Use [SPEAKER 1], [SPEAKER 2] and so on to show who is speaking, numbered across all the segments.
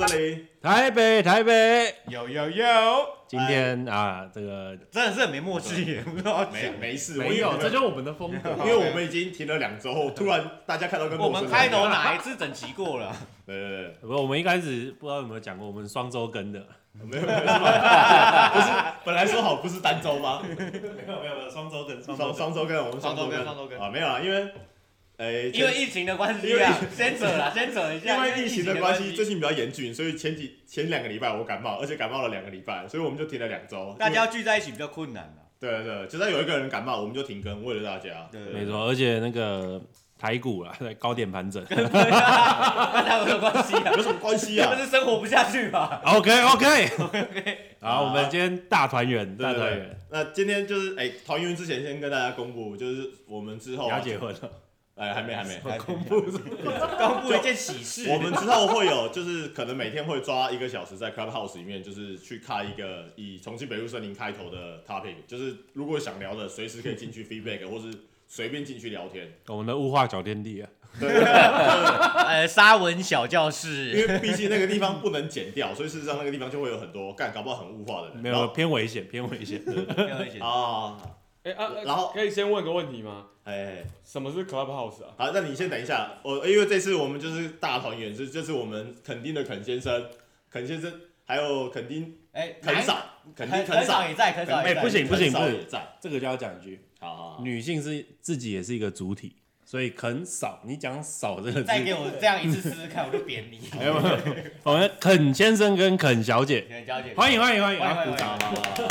[SPEAKER 1] 里？
[SPEAKER 2] 台北。
[SPEAKER 3] 有，
[SPEAKER 2] 今天啊，这个
[SPEAKER 3] 真的是很没默契，不知道
[SPEAKER 1] 没事，
[SPEAKER 2] 没有，这就是我们的风格。
[SPEAKER 1] 因为我们已经停了2周，突然大家看到跟
[SPEAKER 3] 我们开头哪一次整齐过了？
[SPEAKER 1] 对，
[SPEAKER 2] 不过我们一开始不知道有没有讲过，我们双周更的，
[SPEAKER 1] 没有，不是本来说好不是单周吗？
[SPEAKER 2] 没有，双周更，
[SPEAKER 1] 双周更，我们双周更啊，没有啦，因为
[SPEAKER 3] 疫情的关系啊，先扯一下。
[SPEAKER 1] 因为疫情的关系，最近比较严峻，所以前2个礼拜我感冒，而且感冒了2个礼拜，所以我们就停了2周。
[SPEAKER 3] 大家要聚在一起比较困难啊。
[SPEAKER 1] 对，就算有一个人感冒，我们就停更，为了大家。
[SPEAKER 2] 没错，而且那个台股啦，高点盘整，
[SPEAKER 3] 跟他有什么关系啊？
[SPEAKER 1] 有什么关系啊？
[SPEAKER 3] 那是生活不下去吧
[SPEAKER 2] ？OK， 好，我们今天大团圆，大团圆。
[SPEAKER 1] 那今天就是团圆之前先跟大家公布，就是我们之后
[SPEAKER 2] 要结婚了。
[SPEAKER 1] 还没
[SPEAKER 3] 公布一件喜事。
[SPEAKER 1] 我们之后会有，就是可能每天会抓1个小时在 Clubhouse 里面，就是去开一个以重庆北路森林开头的 topic， 就是如果想聊的，随时可以进去 feedback， 或是随便进去聊天。
[SPEAKER 2] 我们的物化小天地啊，
[SPEAKER 3] 对，沙文小教室，
[SPEAKER 1] 因为毕竟那个地方不能剪掉，所以事实上那个地方就会有很多搞不好很物化的人。
[SPEAKER 2] 没有，偏危险
[SPEAKER 1] 啊。
[SPEAKER 4] 然后可以先问个问题吗？什么是 Clubhouse 啊？
[SPEAKER 1] 好，那你先等一下，因为这次我们就是大团圆，这是我们垦丁的垦先生，还有垦丁垦嫂
[SPEAKER 3] 也在，
[SPEAKER 2] 不行，
[SPEAKER 1] 也在，
[SPEAKER 2] 这个就要讲一句，
[SPEAKER 1] 好，
[SPEAKER 2] 女性是自己也是一个主体，所以垦嫂，你讲嫂这个字，
[SPEAKER 3] 再给我这样一次试试看，我就扁你。
[SPEAKER 2] 没有，我们垦先生跟垦小姐，欢迎，
[SPEAKER 1] 鼓掌，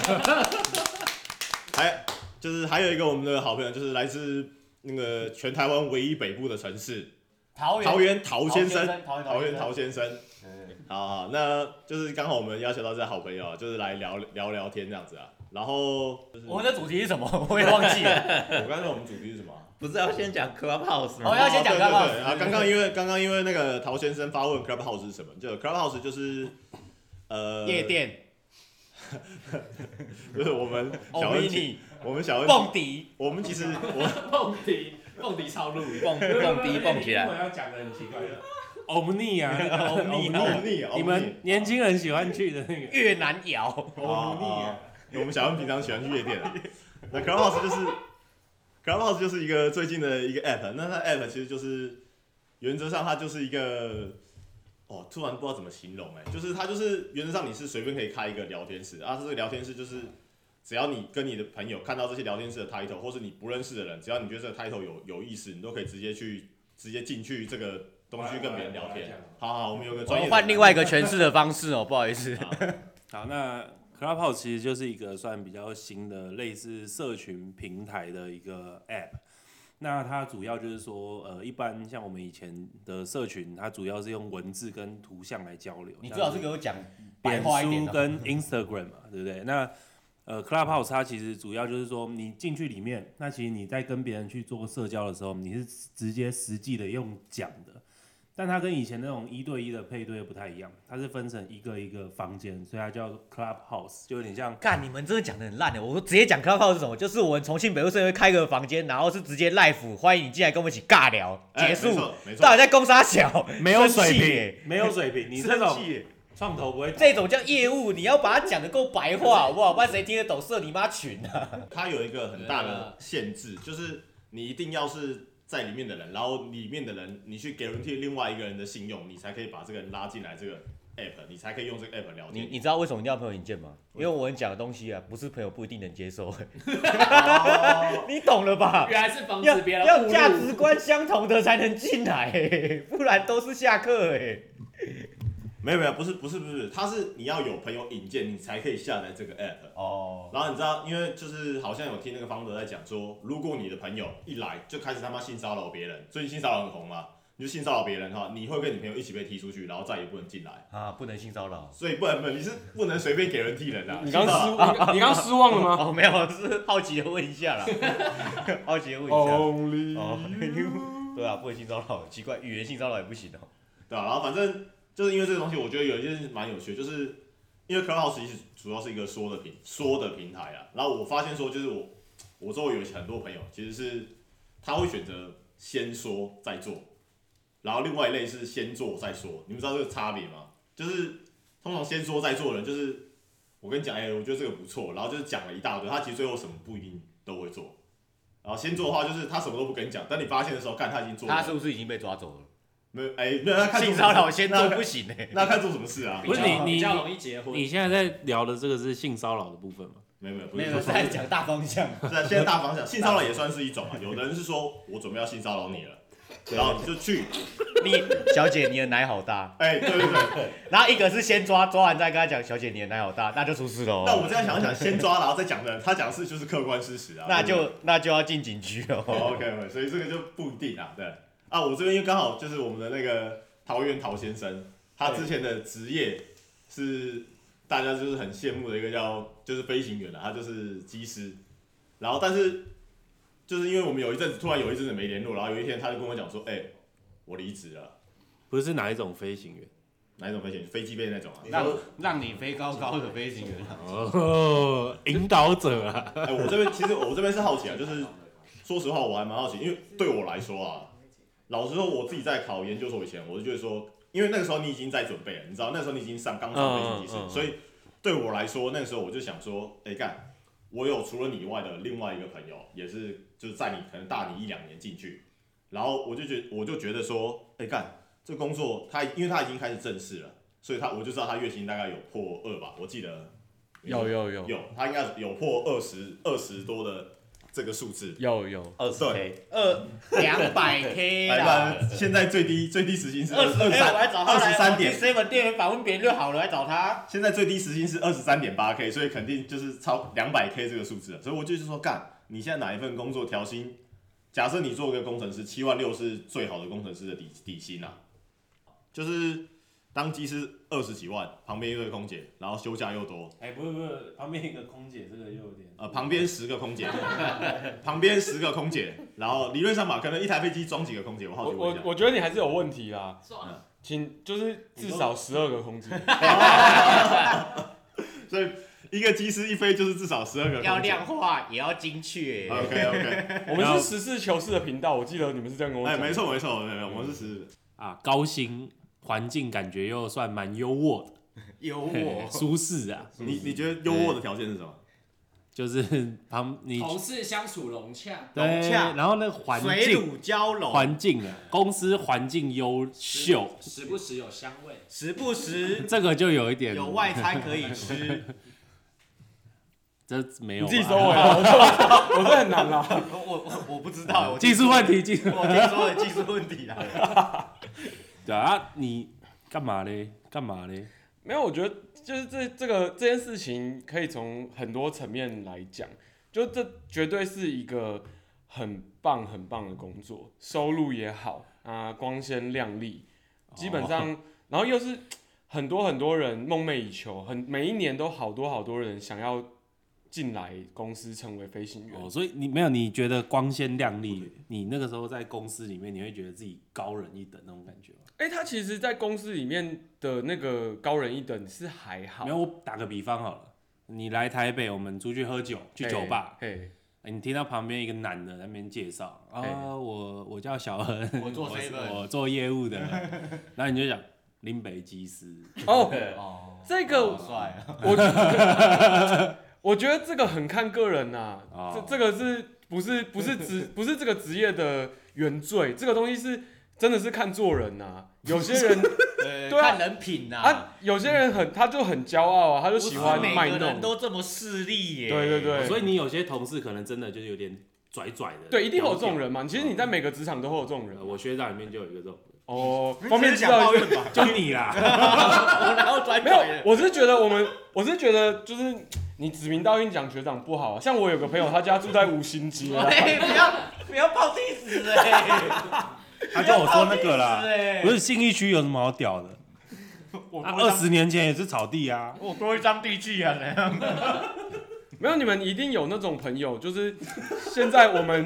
[SPEAKER 1] 还有一个我们的好朋友，就是来自那个全台湾唯一北部的城市桃园陶先生。好，那就是刚好我们邀请到这好朋友，就是来聊天这样子啊。然后
[SPEAKER 3] 我们的主题是什么？我也忘记了。
[SPEAKER 1] 我刚才我们主题是什么？
[SPEAKER 5] 不是要先讲 Clubhouse 吗？
[SPEAKER 3] 要先讲 Clubhouse。
[SPEAKER 1] 对。刚刚因为那个陶先生发问 Clubhouse 是什么？就 Clubhouse 就是
[SPEAKER 3] 夜店。
[SPEAKER 1] 就是我们小问题，
[SPEAKER 3] 蹦迪，
[SPEAKER 1] 我们其实
[SPEAKER 2] 蹦迪超路，
[SPEAKER 5] 蹦起来。
[SPEAKER 2] 我要讲的很奇怪的，欧姆尼啊，欧姆
[SPEAKER 1] 尼，
[SPEAKER 2] 你们年轻人喜欢去的那个
[SPEAKER 3] 越南窑，
[SPEAKER 1] 欧姆尼。我们小恩平常喜欢去夜店啊。那 Clubhouse 就是一个最近的一个 app， 那它 app 其实就是原则上它就是一个。突然不知道怎么形容就是它就是原则上你是随便可以开一个聊天室啊，这个聊天室就是只要你跟你的朋友看到这些聊天室的 title， 或是你不认识的人，只要你觉得这个 title 有意思，你都可以直接进去这个东西去跟别人聊天。好，我们有个专业的。
[SPEAKER 3] 我换另外一个诠释的方式不好意思。
[SPEAKER 2] 好，那 Clubhouse 其实就是一个算比较新的类似社群平台的一个 app。那它主要就是说，一般像我们以前的社群，它主要是用文字跟图像来交流。
[SPEAKER 3] 你最好是给我讲白
[SPEAKER 2] 脸
[SPEAKER 3] 话一点
[SPEAKER 2] 书跟 Instagram 嘛，对不对？那Clubhouse 它其实主要就是说，你进去里面，那其实你在跟别人去做社交的时候，你是直接实际的用讲的。但它跟以前那种1对1的配对不太一样，它是分成一个一个房间，所以它叫 Clubhouse， 就有点像。
[SPEAKER 3] 干，你们真的讲得很烂的，我直接讲 Clubhouse 是什么？就是我们重庆北路社会开个房间，然后是直接 live， 欢迎你进来跟我们一起尬聊，结束。
[SPEAKER 1] 没错。
[SPEAKER 3] 到底在攻杀小？
[SPEAKER 2] 没有水平，没有水平，你这种创投不会。
[SPEAKER 3] 这种叫业务，你要把它讲得够白话，好不好？不然谁听得懂？社你妈群啊！
[SPEAKER 1] 它有一个很大的限制，就是你一定要是。在里面的人，然后里面的人，你去 guarantee 另外一个人的信用，你才可以把这个人拉进来这个 app， 你才可以用这个 app 聊天。
[SPEAKER 3] 你知道为什么一定要朋友引荐吗？因为我们讲的东西啊，不是朋友不一定能接受。你懂了吧？
[SPEAKER 5] 原来是防止别人
[SPEAKER 3] 要价值观相同的才能进来，不然都是下课
[SPEAKER 1] 没有，不是，它是你要有朋友引荐，你才可以下载这个 app。然后你知道，因为就是好像有听那个方德在讲说，如果你的朋友一来就开始他妈性骚扰别人，最近性骚扰很红嘛，你就性骚扰别人的话，你会跟你朋友一起被踢出去，然后再也不能进来
[SPEAKER 3] 啊，不能性骚扰，
[SPEAKER 1] 所以不能，你是不能随便给人踢人啊。
[SPEAKER 4] 你刚失望了吗？
[SPEAKER 3] 没有，是好奇的问一下啦，好奇的问一下。对啊，不能性骚扰，奇怪，语言性骚扰也不行
[SPEAKER 1] 对啊，然后反正。就是因为这个东西，我觉得有一件事蛮有趣的，就是因为 Clubhouse 其实主要是一个说的平台啦。然后我发现说，就是我周围有很多朋友，其实是他会选择先说再做，然后另外一类是先做再说。你们知道这个差别吗？ 就是通常先说再做的人，就是我跟你讲，我觉得这个不错，然后就是讲了一大堆，他其实最后什么不一定都会做。然后先做的话，就是他什么都不跟你讲，等你发现的时候，看他已经做了。
[SPEAKER 3] 他是不是已经被抓走了？
[SPEAKER 1] 没有，没有，他看
[SPEAKER 3] 性骚扰先做不行
[SPEAKER 1] 那看做什么事啊？
[SPEAKER 2] 不是
[SPEAKER 5] 比较容易结婚。
[SPEAKER 2] 你现在在聊的这个是性骚扰的部分吗？
[SPEAKER 1] 没
[SPEAKER 3] 有，在讲大方向。
[SPEAKER 1] 现在大方向，性骚扰也算是一种啊。有的人是说我准备要性骚扰你了，然后你就去。
[SPEAKER 3] 小姐，你的奶好大。
[SPEAKER 1] 对。
[SPEAKER 3] 然后一个是先抓完再跟他讲，小姐你的奶好大，那就出事喽。
[SPEAKER 1] 那我们这样想，先抓然后再讲的，他讲的是就是客观事实啊。
[SPEAKER 3] 那就要进警局了。
[SPEAKER 1] OK， 所以这个就不一定啊，对。啊，我这边因为刚好就是我们的那个陶渊陶先生，他之前的职业是大家就是很羡慕的一个就是飞行员啊，他就是机师。然后但是就是因为我们突然有一阵子没联络，然后有一天他就跟我讲说，我离职了。
[SPEAKER 2] 不是哪一种飞行员？
[SPEAKER 1] 哪一种飞行员？飞机杯那种啊？
[SPEAKER 3] 让你飞高高的飞行员。
[SPEAKER 2] 引导者啊。
[SPEAKER 1] 我这边是好奇啊，就是说实话我还蛮好奇，因为对我来说啊，老实说我自己在考研究所以前，我就觉得说，因为那个时候你已经在准备了，你知道那时候你已经刚上飞行技师，所以对我来说那个时候我就想说，我有除了你以外的另外一个朋友，也是就是在你可能大你1-2年进去，然后我就觉得说，这工作因为他已经开始正式了，所以我就知道他月薪大概有破2吧，我记得
[SPEAKER 4] 有，
[SPEAKER 1] 他应该有破20多的这个数字，
[SPEAKER 4] 有
[SPEAKER 3] 20K， 200K 啦。
[SPEAKER 1] 现在最低时薪是
[SPEAKER 3] 我来找他
[SPEAKER 1] 23点。
[SPEAKER 3] 7店员访问别人就好了，来找他。
[SPEAKER 1] 现在最低时薪是23.8K， 所以肯定就是超200K 这个数字了。所以我就是说，你现在哪一份工作调薪？假设你做个工程师，76000是最好的工程师的底薪啊。就是当机师20几万，旁边一个空姐，然后休假又多。
[SPEAKER 2] 不是，旁边一个空姐，这个又有点。
[SPEAKER 1] 旁边10个空姐，旁边10个空姐，然后理论上吧，可能一台飞机装几个空姐，
[SPEAKER 4] 我觉得你还是有问题啦，请就是至少12个空姐。
[SPEAKER 1] 所以一个机师一飞就是至少12个空姐。
[SPEAKER 3] 要量化也要精确。
[SPEAKER 1] OK，
[SPEAKER 4] 我们是实事求是的频道，我记得你们是这样跟我讲。
[SPEAKER 1] 没错，我们是
[SPEAKER 2] 高薪。环境感觉又算蛮优渥的，舒适啊。
[SPEAKER 1] 你觉得优渥的条件是什么？
[SPEAKER 2] 就是
[SPEAKER 5] 同事相处融洽，
[SPEAKER 2] 然后那个环境
[SPEAKER 3] 水乳交融，
[SPEAKER 2] 环境啊，公司环境优秀，
[SPEAKER 5] 时不时有香味，
[SPEAKER 3] 时不时
[SPEAKER 2] 这个就有一点
[SPEAKER 3] 有外餐可以吃。
[SPEAKER 2] 这没有，
[SPEAKER 4] 你自己收尾我这很难啦。
[SPEAKER 3] 我不知道，
[SPEAKER 2] 技术问题，
[SPEAKER 3] 我听说的技术问题啦。
[SPEAKER 2] 对啊，你干嘛嘞？
[SPEAKER 4] 没有，我觉得就是这件事情可以从很多层面来讲，就这绝对是一个很棒的工作，收入也好啊，光鲜亮丽，基本上，然后又是很多人梦寐以求，每一年都好多人想要进来公司成为飞行员。
[SPEAKER 2] 所以你觉得光鲜亮丽，你那个时候在公司里面，你会觉得自己高人一等那种感觉吗？
[SPEAKER 4] 他其实，在公司里面的那个高人一等是还好。
[SPEAKER 2] 没有，我打个比方好了，你来台北，我们出去喝酒，去酒吧，你听到旁边一个男的在那边介绍我叫小恩，我做业务的，然后你就讲林北机师。
[SPEAKER 4] 这个
[SPEAKER 3] 好帅啊！
[SPEAKER 4] 我觉得这个很看个人呐，这个不是这个职业的原罪，这个东西是。真的是看做人呐，有些人
[SPEAKER 3] 对看人品呐，
[SPEAKER 4] 有些人他就很骄傲啊，他就喜欢卖弄。
[SPEAKER 3] 每个人都这么势利耶。
[SPEAKER 4] 对，
[SPEAKER 2] 所以你有些同事可能真的就是有点拽的。
[SPEAKER 4] 对，一定会有这种人嘛。其实你在每个职场都会有这种人。
[SPEAKER 2] 我学长里面就有一个这种。
[SPEAKER 4] 方便知道一
[SPEAKER 3] 下，
[SPEAKER 2] 就你啦。
[SPEAKER 3] 我哪有拽？
[SPEAKER 4] 没有，我是觉得就是你指名道姓讲学长不好，像我有个朋友，他家住在5星街。
[SPEAKER 3] 不要报地址
[SPEAKER 2] 他跟我说那个啦，不是信义区有什么好屌的？20年前也是草地啊，
[SPEAKER 3] 我多一张地契啊，怎样？
[SPEAKER 4] 没有，你们一定有那种朋友，就是现在我们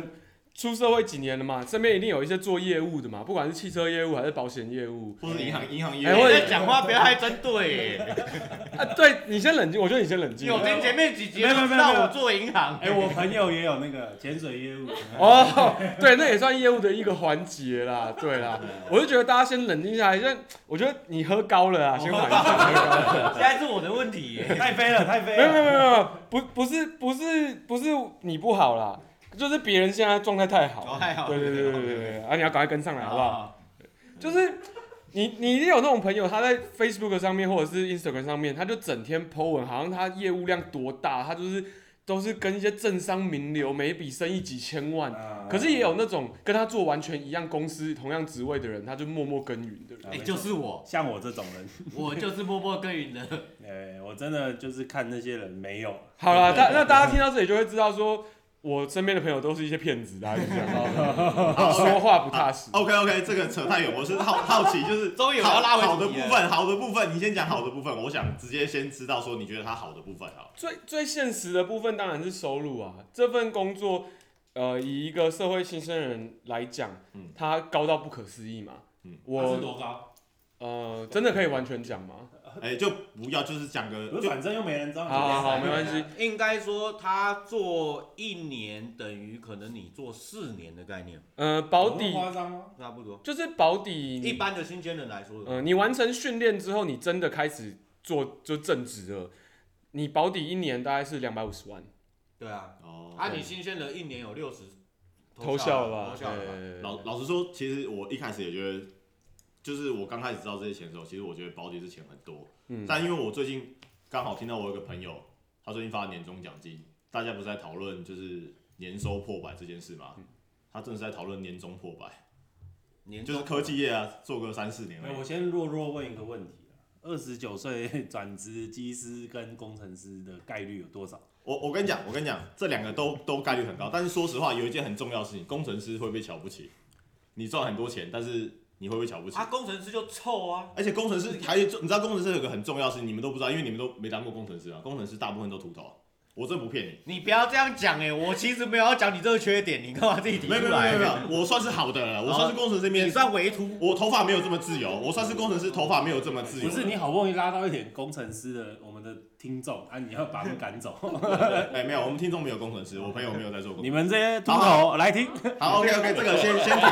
[SPEAKER 4] 出社会几年了嘛，身边一定有一些做业务的嘛，不管是汽车业务还是保险业务，
[SPEAKER 1] 或者银行业
[SPEAKER 3] 我
[SPEAKER 1] 务。
[SPEAKER 3] 在讲话不要太针对。
[SPEAKER 4] 对你先冷静，我觉得你先冷静。
[SPEAKER 3] 我听前面几集都知道我做银行。
[SPEAKER 2] 我朋友也有那个潜水业务。
[SPEAKER 4] 对，那也算业务的一个环节啦，对啦。我就觉得大家先冷静下来，因为我觉得你喝高了啊，先缓一下。
[SPEAKER 3] 现在是我的问题，
[SPEAKER 2] 太飞了，太飞
[SPEAKER 4] 没
[SPEAKER 2] 了。
[SPEAKER 4] 有，不是你不好啦。就是别人现在状态太好，
[SPEAKER 3] 太好，
[SPEAKER 4] 对，你要赶快跟上来，好不好？就是你一定有那种朋友，他在 Facebook 上面或者是 Instagram 上面，他就整天 po 文，好像他业务量多大，他都是跟一些政商名流，每一笔生意几千万。可是也有那种跟他做完全一样公司同样职位的人，他就默默耕耘的人。
[SPEAKER 3] 就是我，
[SPEAKER 2] 像我这种人，
[SPEAKER 3] 我就是默默耕耘的。
[SPEAKER 2] 我真的就是看那些人没有。
[SPEAKER 4] 好了，那大家听到这里就会知道说。我身边的朋友都是一些骗子，大家就这样，说话不踏实。
[SPEAKER 1] OK， 这个扯太远，我是好奇，就是
[SPEAKER 3] 终于我要拉回
[SPEAKER 1] 好的部分，你先讲好的部分，我想直接先知道说你觉得它好的部分好。
[SPEAKER 4] 最现实的部分当然是收入啊，这份工作，以一个社会新生人来讲，它高到不可思议嘛。
[SPEAKER 5] 它是多高？
[SPEAKER 4] 真的可以完全讲吗？
[SPEAKER 1] 就不要，就是讲个，
[SPEAKER 2] 反正又没人知道。
[SPEAKER 4] 好，没关系。
[SPEAKER 3] 应该说他做1年等于可能你做4年的概念。
[SPEAKER 4] 保底
[SPEAKER 2] 夸张吗？
[SPEAKER 3] 差不多。
[SPEAKER 4] 就是保底，
[SPEAKER 3] 一般的新鲜人来说，
[SPEAKER 4] 你完成训练之后，你真的开始做就正职了，你保底1年大概是250万。
[SPEAKER 3] 对啊。你新鲜人1年有60
[SPEAKER 4] 偷笑了吧？
[SPEAKER 1] 老实说，其实我一开始也觉得。就是我刚开始知道这些钱的时候，其实我觉得保底是钱很多，但因为我最近刚好听到我有个朋友，他最近发年终奖金，大家不是在讨论就是年收破百这件事吗？他正是在讨论年终破百，就是科技业啊，做个3-4年。
[SPEAKER 2] 我先弱问一个问题：29岁转职机师跟工程师的概率有多少？
[SPEAKER 1] 我跟你讲，这2个都概率很高，但是说实话，有一件很重要的事情，工程师会被瞧不起，你赚很多钱，但是。你会不会瞧不起？
[SPEAKER 3] 工程师就臭啊！
[SPEAKER 1] 而且工程师你知道工程师有个很重要的事情，你们都不知道，因为你们都没当过工程师啊。工程师大部分都秃头，我真不骗你。
[SPEAKER 3] 你不要这样讲我其实没有要讲你这个缺点，你干嘛自己提出来？
[SPEAKER 1] 没有，我算是好的了，我算是工程师这边。
[SPEAKER 3] 你算微秃，
[SPEAKER 1] 我头发没有这么自由，我算是工程师头发没有这么自由。
[SPEAKER 2] 不是你好不容易拉到一点工程师的我们的听众你要把他们赶走。
[SPEAKER 1] 没有，我们听众没有工程师，我朋友没有在做工程师。
[SPEAKER 2] 你们这些秃头来听。
[SPEAKER 1] 好 ，OK， 这个先停。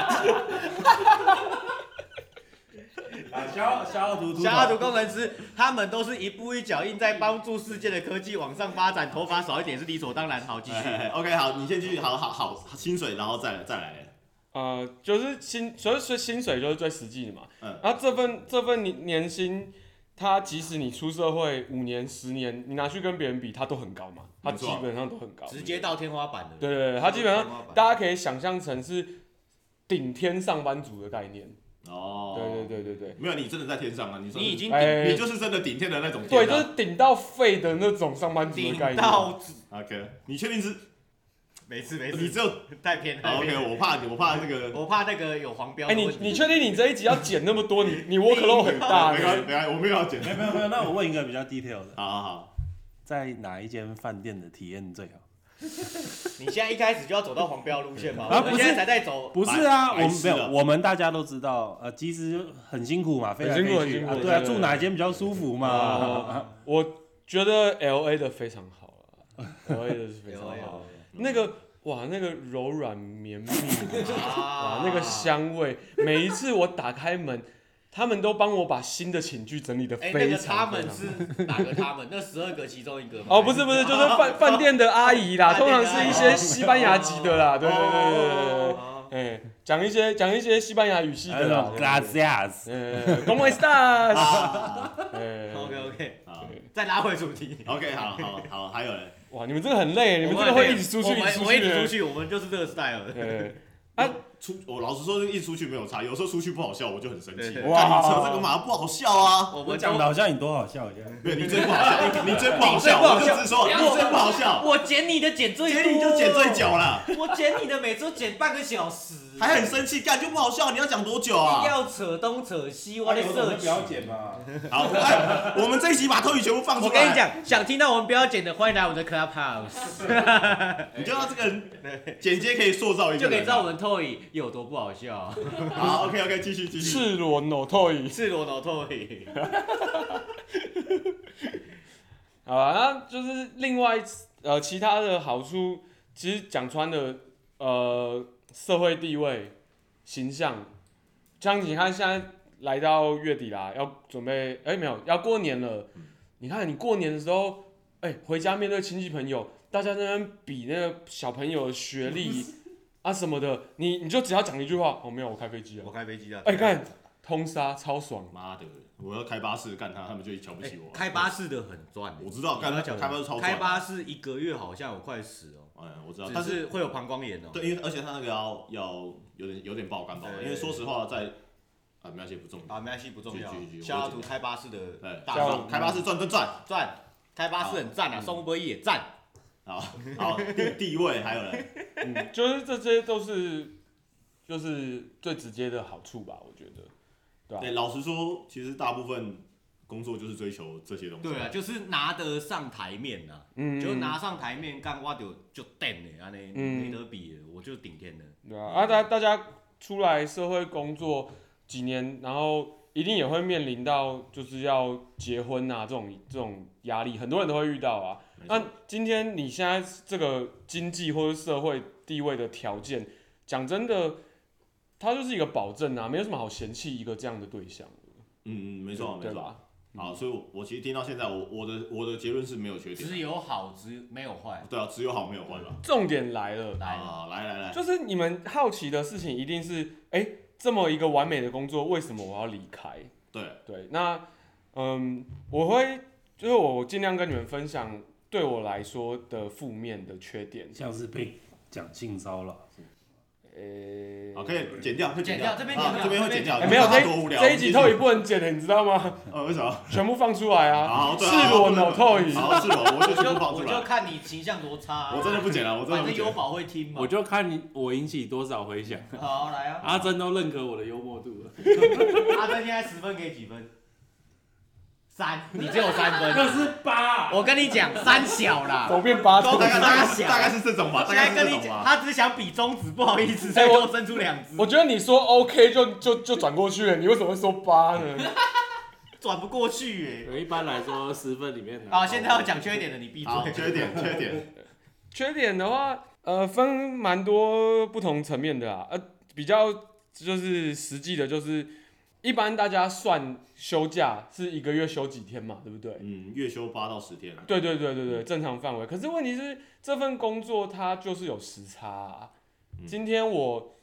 [SPEAKER 3] 小图工程师，他们都是一步一脚印在帮助世界的科技往上发展，头发少一点是理所当然。好，继续。
[SPEAKER 1] OK， 好，你先继续。好，薪水，然后再来。
[SPEAKER 4] 就是所以薪水就是最实际的嘛。然后这份年薪，它即使你出社会5年、10年，你拿去跟别人比，它都很高嘛。它基本上都很高，
[SPEAKER 3] 直接到天花板的。
[SPEAKER 4] 对，它基本上大家可以想象成是顶天上班族的概念。对，
[SPEAKER 1] 没有，你真的在天上啊！你
[SPEAKER 3] 已经
[SPEAKER 1] 你就是真的顶天的那种天。
[SPEAKER 4] 对，就是顶到肺的那种上班族的概念。
[SPEAKER 3] 顶到
[SPEAKER 1] OK， 你确定是？
[SPEAKER 3] 没事，
[SPEAKER 1] 你只有
[SPEAKER 3] 太偏。
[SPEAKER 1] OK， 我怕那个，
[SPEAKER 3] 我怕那个有黄标。
[SPEAKER 4] 你确定你这一集要剪那么多？你 workload 很大。
[SPEAKER 1] 没关系，我没有要剪。
[SPEAKER 2] 没有，那我问一个比较 detail 的。
[SPEAKER 1] 好，
[SPEAKER 2] 在哪一间饭店的体验最好？
[SPEAKER 3] 你现在一开始就要走到黄标路线吗？
[SPEAKER 2] 我
[SPEAKER 3] 们现在才在走。
[SPEAKER 2] 不是啊，我们大家都知道，其实很辛苦嘛，飞来飞去。对啊，住哪间比较舒服嘛？
[SPEAKER 4] 我觉得 LA 的非常好，LA 的是非常好。那个柔软绵密，那个香味，每一次我打开门。他们都帮我把新的寝具整理得非常。
[SPEAKER 3] 那个他们是哪个他们？那12个其中一个吗？
[SPEAKER 4] 不是，就是饭店的阿姨啦，通常是一些西班牙籍的啦，对，讲一些西班牙语系的啦。
[SPEAKER 2] Gracias。
[SPEAKER 4] ¿Cómo estás？
[SPEAKER 3] OK， 再拉回主题。
[SPEAKER 1] OK， 好，还有嘞。
[SPEAKER 4] 哇，你们这个很累，你们这个会一直出去，
[SPEAKER 3] 我一直出去，我们就是这个 style。
[SPEAKER 1] 我老实说，一出去没有差，有时候出去不好笑，我就很生气。
[SPEAKER 3] 对
[SPEAKER 1] 干你扯这个嘛不好笑啊！
[SPEAKER 2] 我讲的好像你多好笑一样。
[SPEAKER 1] 没有，你最不好笑，你最不好笑，我就只是说你最不好笑。
[SPEAKER 3] 我剪你的剪最多，
[SPEAKER 1] 剪你就剪最久了。
[SPEAKER 3] 我剪你的每周剪半个小时，
[SPEAKER 1] 还很生气，干就不好笑，你要讲多久啊？
[SPEAKER 3] 要扯东扯西，我的社
[SPEAKER 2] 不要剪嘛。
[SPEAKER 1] 好，我们这一集把透宇全部放出来。
[SPEAKER 3] 我跟你讲，想听到我们不要剪的，欢迎来我们的 Clubhouse。
[SPEAKER 1] 你就让这个人剪接可以塑造一个人，
[SPEAKER 3] 就可以知道我们 Toy 有多不好笑。
[SPEAKER 1] 好 ，OK， 继续。
[SPEAKER 4] 赤裸脑退。
[SPEAKER 3] 赤裸脑 Toy。
[SPEAKER 4] 好吧，那就是另外其他的好处，其实讲穿的社会地位、形象，像你看现在来到月底啦，要准备没有要过年了，你看你过年的时候，回家面对亲戚朋友，大家在那边比那个小朋友的学历啊什么的，你就只要讲一句话，没有我开飞机啊，
[SPEAKER 3] 我开飞机啊，
[SPEAKER 4] 看通杀超爽，
[SPEAKER 1] 妈的，我要开巴士干他们就瞧不起我。
[SPEAKER 3] 开巴士的很赚，
[SPEAKER 1] 我知道，开巴士超赚。
[SPEAKER 3] 开巴士1个月好像有快10哦。
[SPEAKER 1] 我知道，
[SPEAKER 3] 但是会有膀胱炎哦。
[SPEAKER 1] 对，因为而且他那个要有点爆肝爆的，因为说实话在没关系不重要。
[SPEAKER 3] 没关系不重要。
[SPEAKER 1] 继续。
[SPEAKER 3] 肖图开巴士的大
[SPEAKER 1] 赚，开巴士赚，
[SPEAKER 3] 开巴士很赞啊，送Uber Eats也赞。
[SPEAKER 1] 好，地位还有人，
[SPEAKER 4] 就是这些都是就是最直接的好处吧，我觉得。
[SPEAKER 1] 对，老实说，其实大部分工作就是追求这些东西。
[SPEAKER 3] 对啊，就是拿得上台面呐，就拿上台面干，我就顶的，安尼没得比的，我就顶天的。
[SPEAKER 4] 对啊，大家出来社会工作几年，然后一定也会面临到就是要结婚啊这种压力，很多人都会遇到啊。那今天你现在这个经济或者社会地位的条件，讲真的。它就是一个保证啊，没有什么好嫌弃一个这样的对象的。
[SPEAKER 1] 没错，
[SPEAKER 4] 对吧？
[SPEAKER 1] 好，所以我其实听到现在，我的结论是没有缺点，
[SPEAKER 3] 只有好，没有坏。
[SPEAKER 1] 对啊，只有好没有坏吧。
[SPEAKER 4] 重点来了，
[SPEAKER 1] 来，
[SPEAKER 4] 就是你们好奇的事情一定是，这么一个完美的工作，为什么我要离开？对，那就是我尽量跟你们分享对我来说的负面的缺点，
[SPEAKER 2] 像是被讲性骚扰。
[SPEAKER 1] 好，可以剪掉，
[SPEAKER 3] 这边
[SPEAKER 1] 会剪掉。
[SPEAKER 4] 没有这一集透也不能剪的，你知道吗？
[SPEAKER 1] 为什么？
[SPEAKER 4] 全部放出来啊！
[SPEAKER 1] 好，
[SPEAKER 4] 赤裸脑透也。
[SPEAKER 1] 好，赤裸，我就全部放出来。
[SPEAKER 3] 我就看你形象多差。
[SPEAKER 1] 我真的不剪了，我真的不剪。
[SPEAKER 3] 反正优宝会听嘛。
[SPEAKER 2] 我就看我引起多少回响。
[SPEAKER 3] 好，来啊！
[SPEAKER 2] 阿珍都认可我的幽默度了。
[SPEAKER 3] 阿珍现在10分给几分？3，你只有3分。
[SPEAKER 2] 那是8。
[SPEAKER 3] 我跟你讲，3小啦。
[SPEAKER 4] 走遍8
[SPEAKER 3] 都
[SPEAKER 1] 大概是这种吧。
[SPEAKER 3] 现在跟你讲，他只是想比中指，不好意思，所以我伸出2只。
[SPEAKER 4] 我觉得你说 OK 就转过去了，你为什么会说8呢？
[SPEAKER 3] 转不过去
[SPEAKER 2] 一般来说10分里面。
[SPEAKER 3] 好，现在要讲缺点的，你闭嘴。
[SPEAKER 1] 好，缺点。
[SPEAKER 4] 缺点的话，分蛮多不同层面的啦。比较就是实际的，就是一般大家算休假是1个月休几天嘛，对不对？
[SPEAKER 1] 月休8到10天。
[SPEAKER 4] 对，正常范围。可是问题是，这份工作它就是有时差啊。今天我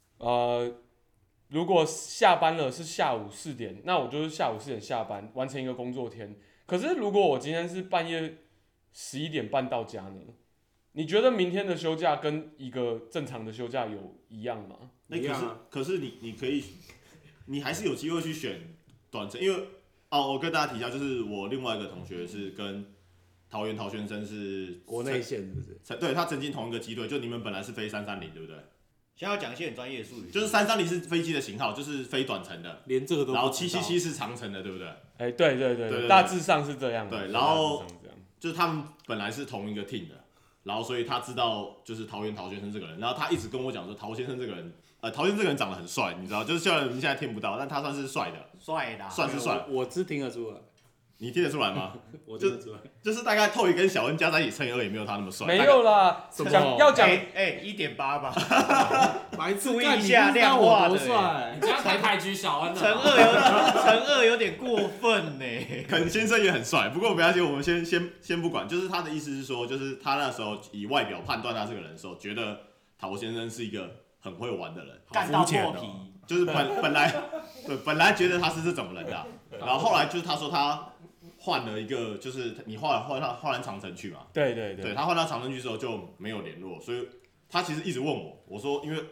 [SPEAKER 4] 如果下班了是下午4点，那我就是下午4点下班，完成一个工作天。可是如果我今天是半夜11点半到家呢？你觉得明天的休假跟一个正常的休假有一样吗？
[SPEAKER 1] 可是你可以。你还是有机会去选短程，因为我跟大家提一下，就是我另外一个同学是跟桃园陶先生是
[SPEAKER 2] 国内线，是不是？
[SPEAKER 1] 对，他曾经同一个机队，就你们本来是飞330，对不对？
[SPEAKER 3] 现在要讲一些很专业的术语，
[SPEAKER 1] 就是330是飞机的型号，就是飞短程的，
[SPEAKER 2] 连这个都不知道。
[SPEAKER 1] 然后777是长程的，对不对？
[SPEAKER 4] 对，大致上是这样的。
[SPEAKER 1] 对，然后就是他们本来是同一个 team 的，然后所以他知道就是桃园陶先生这个人，然后他一直跟我讲说陶先生这个人。陶先生这个人长得很帅，你知道，就是虽然你们现在听不到，但他算是帅的，算是帅。
[SPEAKER 2] 我是听得出来，
[SPEAKER 1] 你听得出来吗？
[SPEAKER 2] 我听得出来，
[SPEAKER 1] 就是大概透一跟小恩加在一起乘以2也没有他那么帅。
[SPEAKER 4] 没有啦，要讲
[SPEAKER 3] 1.8吧，
[SPEAKER 2] 白痴，
[SPEAKER 3] 注意一下量化的。
[SPEAKER 5] 你这样才抬举小恩了。
[SPEAKER 3] 乘2有点过分呢。
[SPEAKER 1] 肯先生也很帅，不过不要紧，我们先不管。就是他的意思是说，就是他那时候以外表判断他这个人的时候，觉得陶先生是一个很会玩的人，
[SPEAKER 3] 干到破皮，
[SPEAKER 1] 就是本来觉得他是这种人的，然后后来就是他说他换了一个，就是你换长城去嘛，
[SPEAKER 4] 对，
[SPEAKER 1] 他换到长城去之后就没有联络，所以他其实一直问我说因为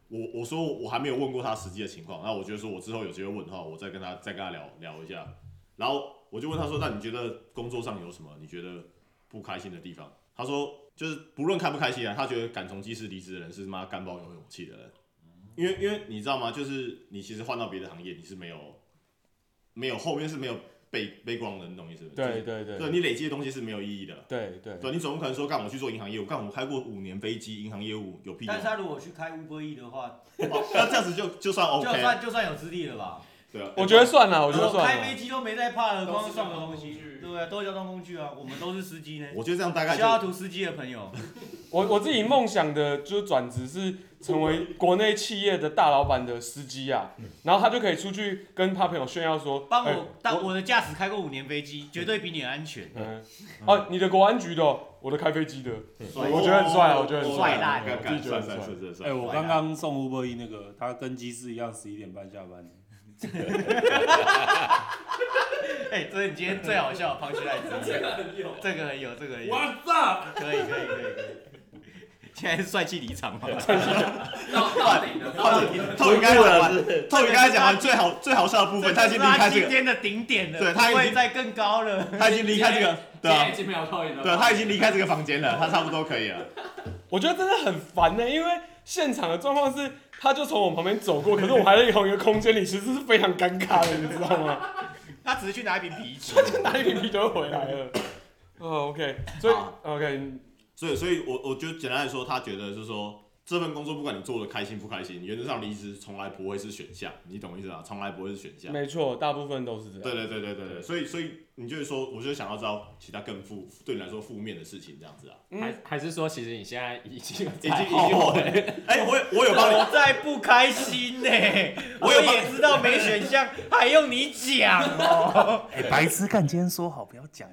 [SPEAKER 1] 我说我还没有问过他实际的情况，然后我觉得说我之后有机会问的话，我再跟他聊一下。然后我就问他说，那你觉得工作上有什么你觉得不开心的地方？他说就是不论开不开心啊，他觉得敢从技师离职的人是妈干爆有勇气的人。因为你知道吗？就是你其实换到别的行业，你是没有后面是没有背光的，你懂意思吗？
[SPEAKER 4] 对，
[SPEAKER 1] 你累积的东西是没有意义的。
[SPEAKER 4] 对，
[SPEAKER 1] 你总不可能说干我去做银行业务，干我开过5年飞机，银行业务有屁用？
[SPEAKER 3] 但是他如果去开 Uber E 的话，
[SPEAKER 1] 那这样子就算 OK，
[SPEAKER 3] 就算有资历了吧？
[SPEAKER 1] 对啊，
[SPEAKER 4] 我觉得算了，
[SPEAKER 3] 开飞机都没在怕的，光送个东西，对啊，都是交通工具啊，我们都是司机呢。
[SPEAKER 1] 我觉得这样大概
[SPEAKER 3] 需要图司机的朋友，
[SPEAKER 4] 我自己梦想的就是转职是成为国内企业的大老板的司机啊，然后他就可以出去跟他朋友炫耀说，
[SPEAKER 3] 帮我的驾驶开过5年飞机，绝对比你安全。
[SPEAKER 4] 你的国安局的，我的开飞机的，我觉得很帅啊，我觉得很
[SPEAKER 3] 帅烂，
[SPEAKER 4] 我自己觉得很帅。
[SPEAKER 2] 我刚刚送 Uber E 那个，他跟机师一样11点半下班。
[SPEAKER 3] 这是你今天最好笑的胖起来之一，这个很有。
[SPEAKER 2] What's up？
[SPEAKER 3] 可以。现在是帅气离场吗？
[SPEAKER 5] 到顶了。
[SPEAKER 1] 透宇刚才讲完最好笑的部分，他已经离开这个
[SPEAKER 3] 今天的顶点了，
[SPEAKER 1] 对，他
[SPEAKER 3] 不会再更高了。
[SPEAKER 1] 他已经离开这个，对啊，
[SPEAKER 5] 已经没有透影了。
[SPEAKER 1] 对啊，他已经离开这个房间了，他差不多可以了。
[SPEAKER 4] 我觉得真的很烦呢，因为现场的状况是，他就从我旁边走过，可是我还在同一个空间里，其实是非常尴尬的，你知道吗？
[SPEAKER 3] 他只是去拿一瓶啤酒，
[SPEAKER 4] 拿一瓶啤酒就回来了。OK， 所以 OK。
[SPEAKER 1] 所以我觉得简单来说，他觉得就是说这份工作不管你做的开心不开心，原则上离职从来不会是选项，你懂我意思吗？从来不会是选项。
[SPEAKER 4] 没错，大部分都是这样。
[SPEAKER 1] 对，所以你就是说，我就想要知道其他更对你来说负面的事情这样子啊？
[SPEAKER 5] 还是说，其实你现在已经
[SPEAKER 1] 后悔？我有帮你，
[SPEAKER 3] 我在不开心呢，我也知道没选项，还用你讲哦？
[SPEAKER 2] 白痴干，今天说好不要讲。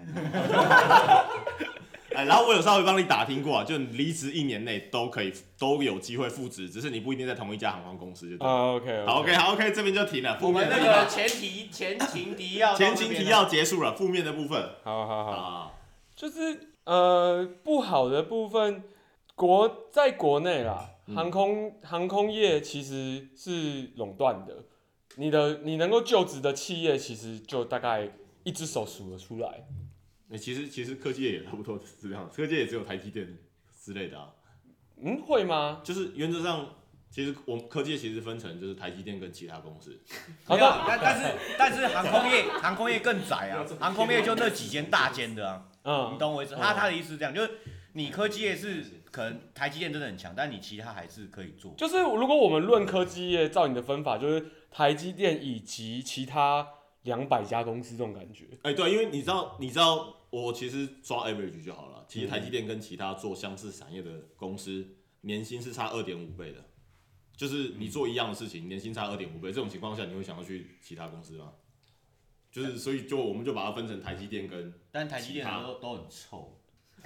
[SPEAKER 1] 然后我有稍微帮你打听过啊，就离职1年内都有机会复职，只是你不一定在同一家航空公司就对。OK， 这边就停了。
[SPEAKER 3] 我们那个前情提要
[SPEAKER 1] 结束了，负面的部分。
[SPEAKER 4] 好，就是不好的部分，在国内啦，航空业其实是垄断的，你能够就职的企业其实就大概一只手数得出来。
[SPEAKER 1] 其实科技业也差不多是这样，科技业也只有台积电之类的啊。
[SPEAKER 4] 会吗？
[SPEAKER 1] 就是原则上，其实我们科技业其实分成就是台积电跟其他公司。
[SPEAKER 3] 没有，但是航空业更窄啊，航空业就那几间大间的啊。你懂我意思？他的意思是这样，就是你科技业是可能台积电真的很强，但你其他还是可以做。
[SPEAKER 4] 就是如果我们论科技业，照你的分法，就是台积电以及其他200家公司这种感觉。
[SPEAKER 1] 对，因为你知道，我其实抓 average 就好了。其实台积电跟其他做相似产业的公司，年薪是差2.5倍的。就是你做一样的事情，年薪差2.5倍，这种情况下，你会想要去其他公司吗？就是所以我们就把它分成台积电跟，
[SPEAKER 3] 但台积电都很臭。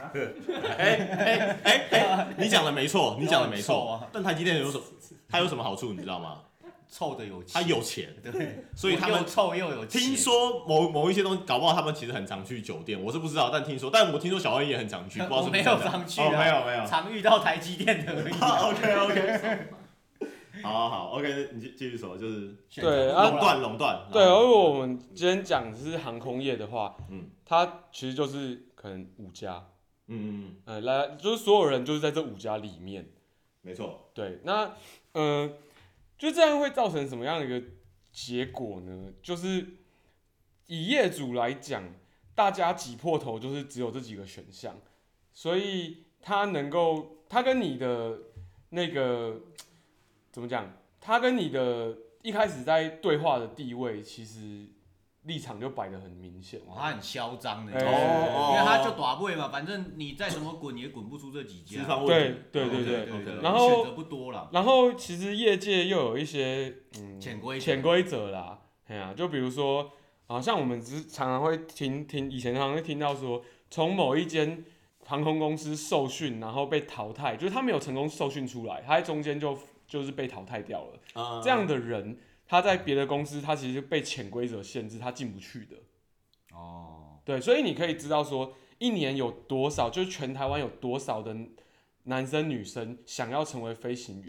[SPEAKER 1] 你讲的没错，但台积电它有什么好处，你知道吗？
[SPEAKER 3] 臭的有钱，
[SPEAKER 1] 他有钱，
[SPEAKER 3] 对，
[SPEAKER 1] 所以他们
[SPEAKER 3] 又臭又有钱。
[SPEAKER 1] 听说某一些东西，搞不好他们其实很常去酒店，我是不知道，但我听说小恩也很常去，不知道是不是
[SPEAKER 3] 我没有常去啊，
[SPEAKER 1] 没有，
[SPEAKER 3] 常遇到台积电的而已。
[SPEAKER 1] OK， 好 ，OK， 你继续说，就是
[SPEAKER 4] 对
[SPEAKER 1] 垄断。
[SPEAKER 4] 对，如果我们今天讲的是航空业的话，它其实就是可能5家，就是所有人就是在这5家里面，
[SPEAKER 1] 没错。
[SPEAKER 4] 对，那就这样会造成什么样的一个结果呢？就是以业主来讲，大家挤破头就是只有这几个选项，所以他跟你的那个怎么讲？他跟你的一开始在对话的地位，其实立场就摆得很明显。
[SPEAKER 3] 他很嚣张的，因为他就短位嘛，反正你再怎么滚也滚不出这几家。
[SPEAKER 4] 对，然后
[SPEAKER 3] 选择不多了。
[SPEAKER 4] 然后其实业界又有一些潜规则啦，就比如说像我们常常会以前常常会听到说，从某一间航空公司受训，然后被淘汰，就是他没有成功受训出来，他在中间就是被淘汰掉了。这样的人，他在别的公司，他其实被潜规则限制，他进不去的。对，所以你可以知道说，一年有多少，就是全台湾有多少的男生女生想要成为飞行员，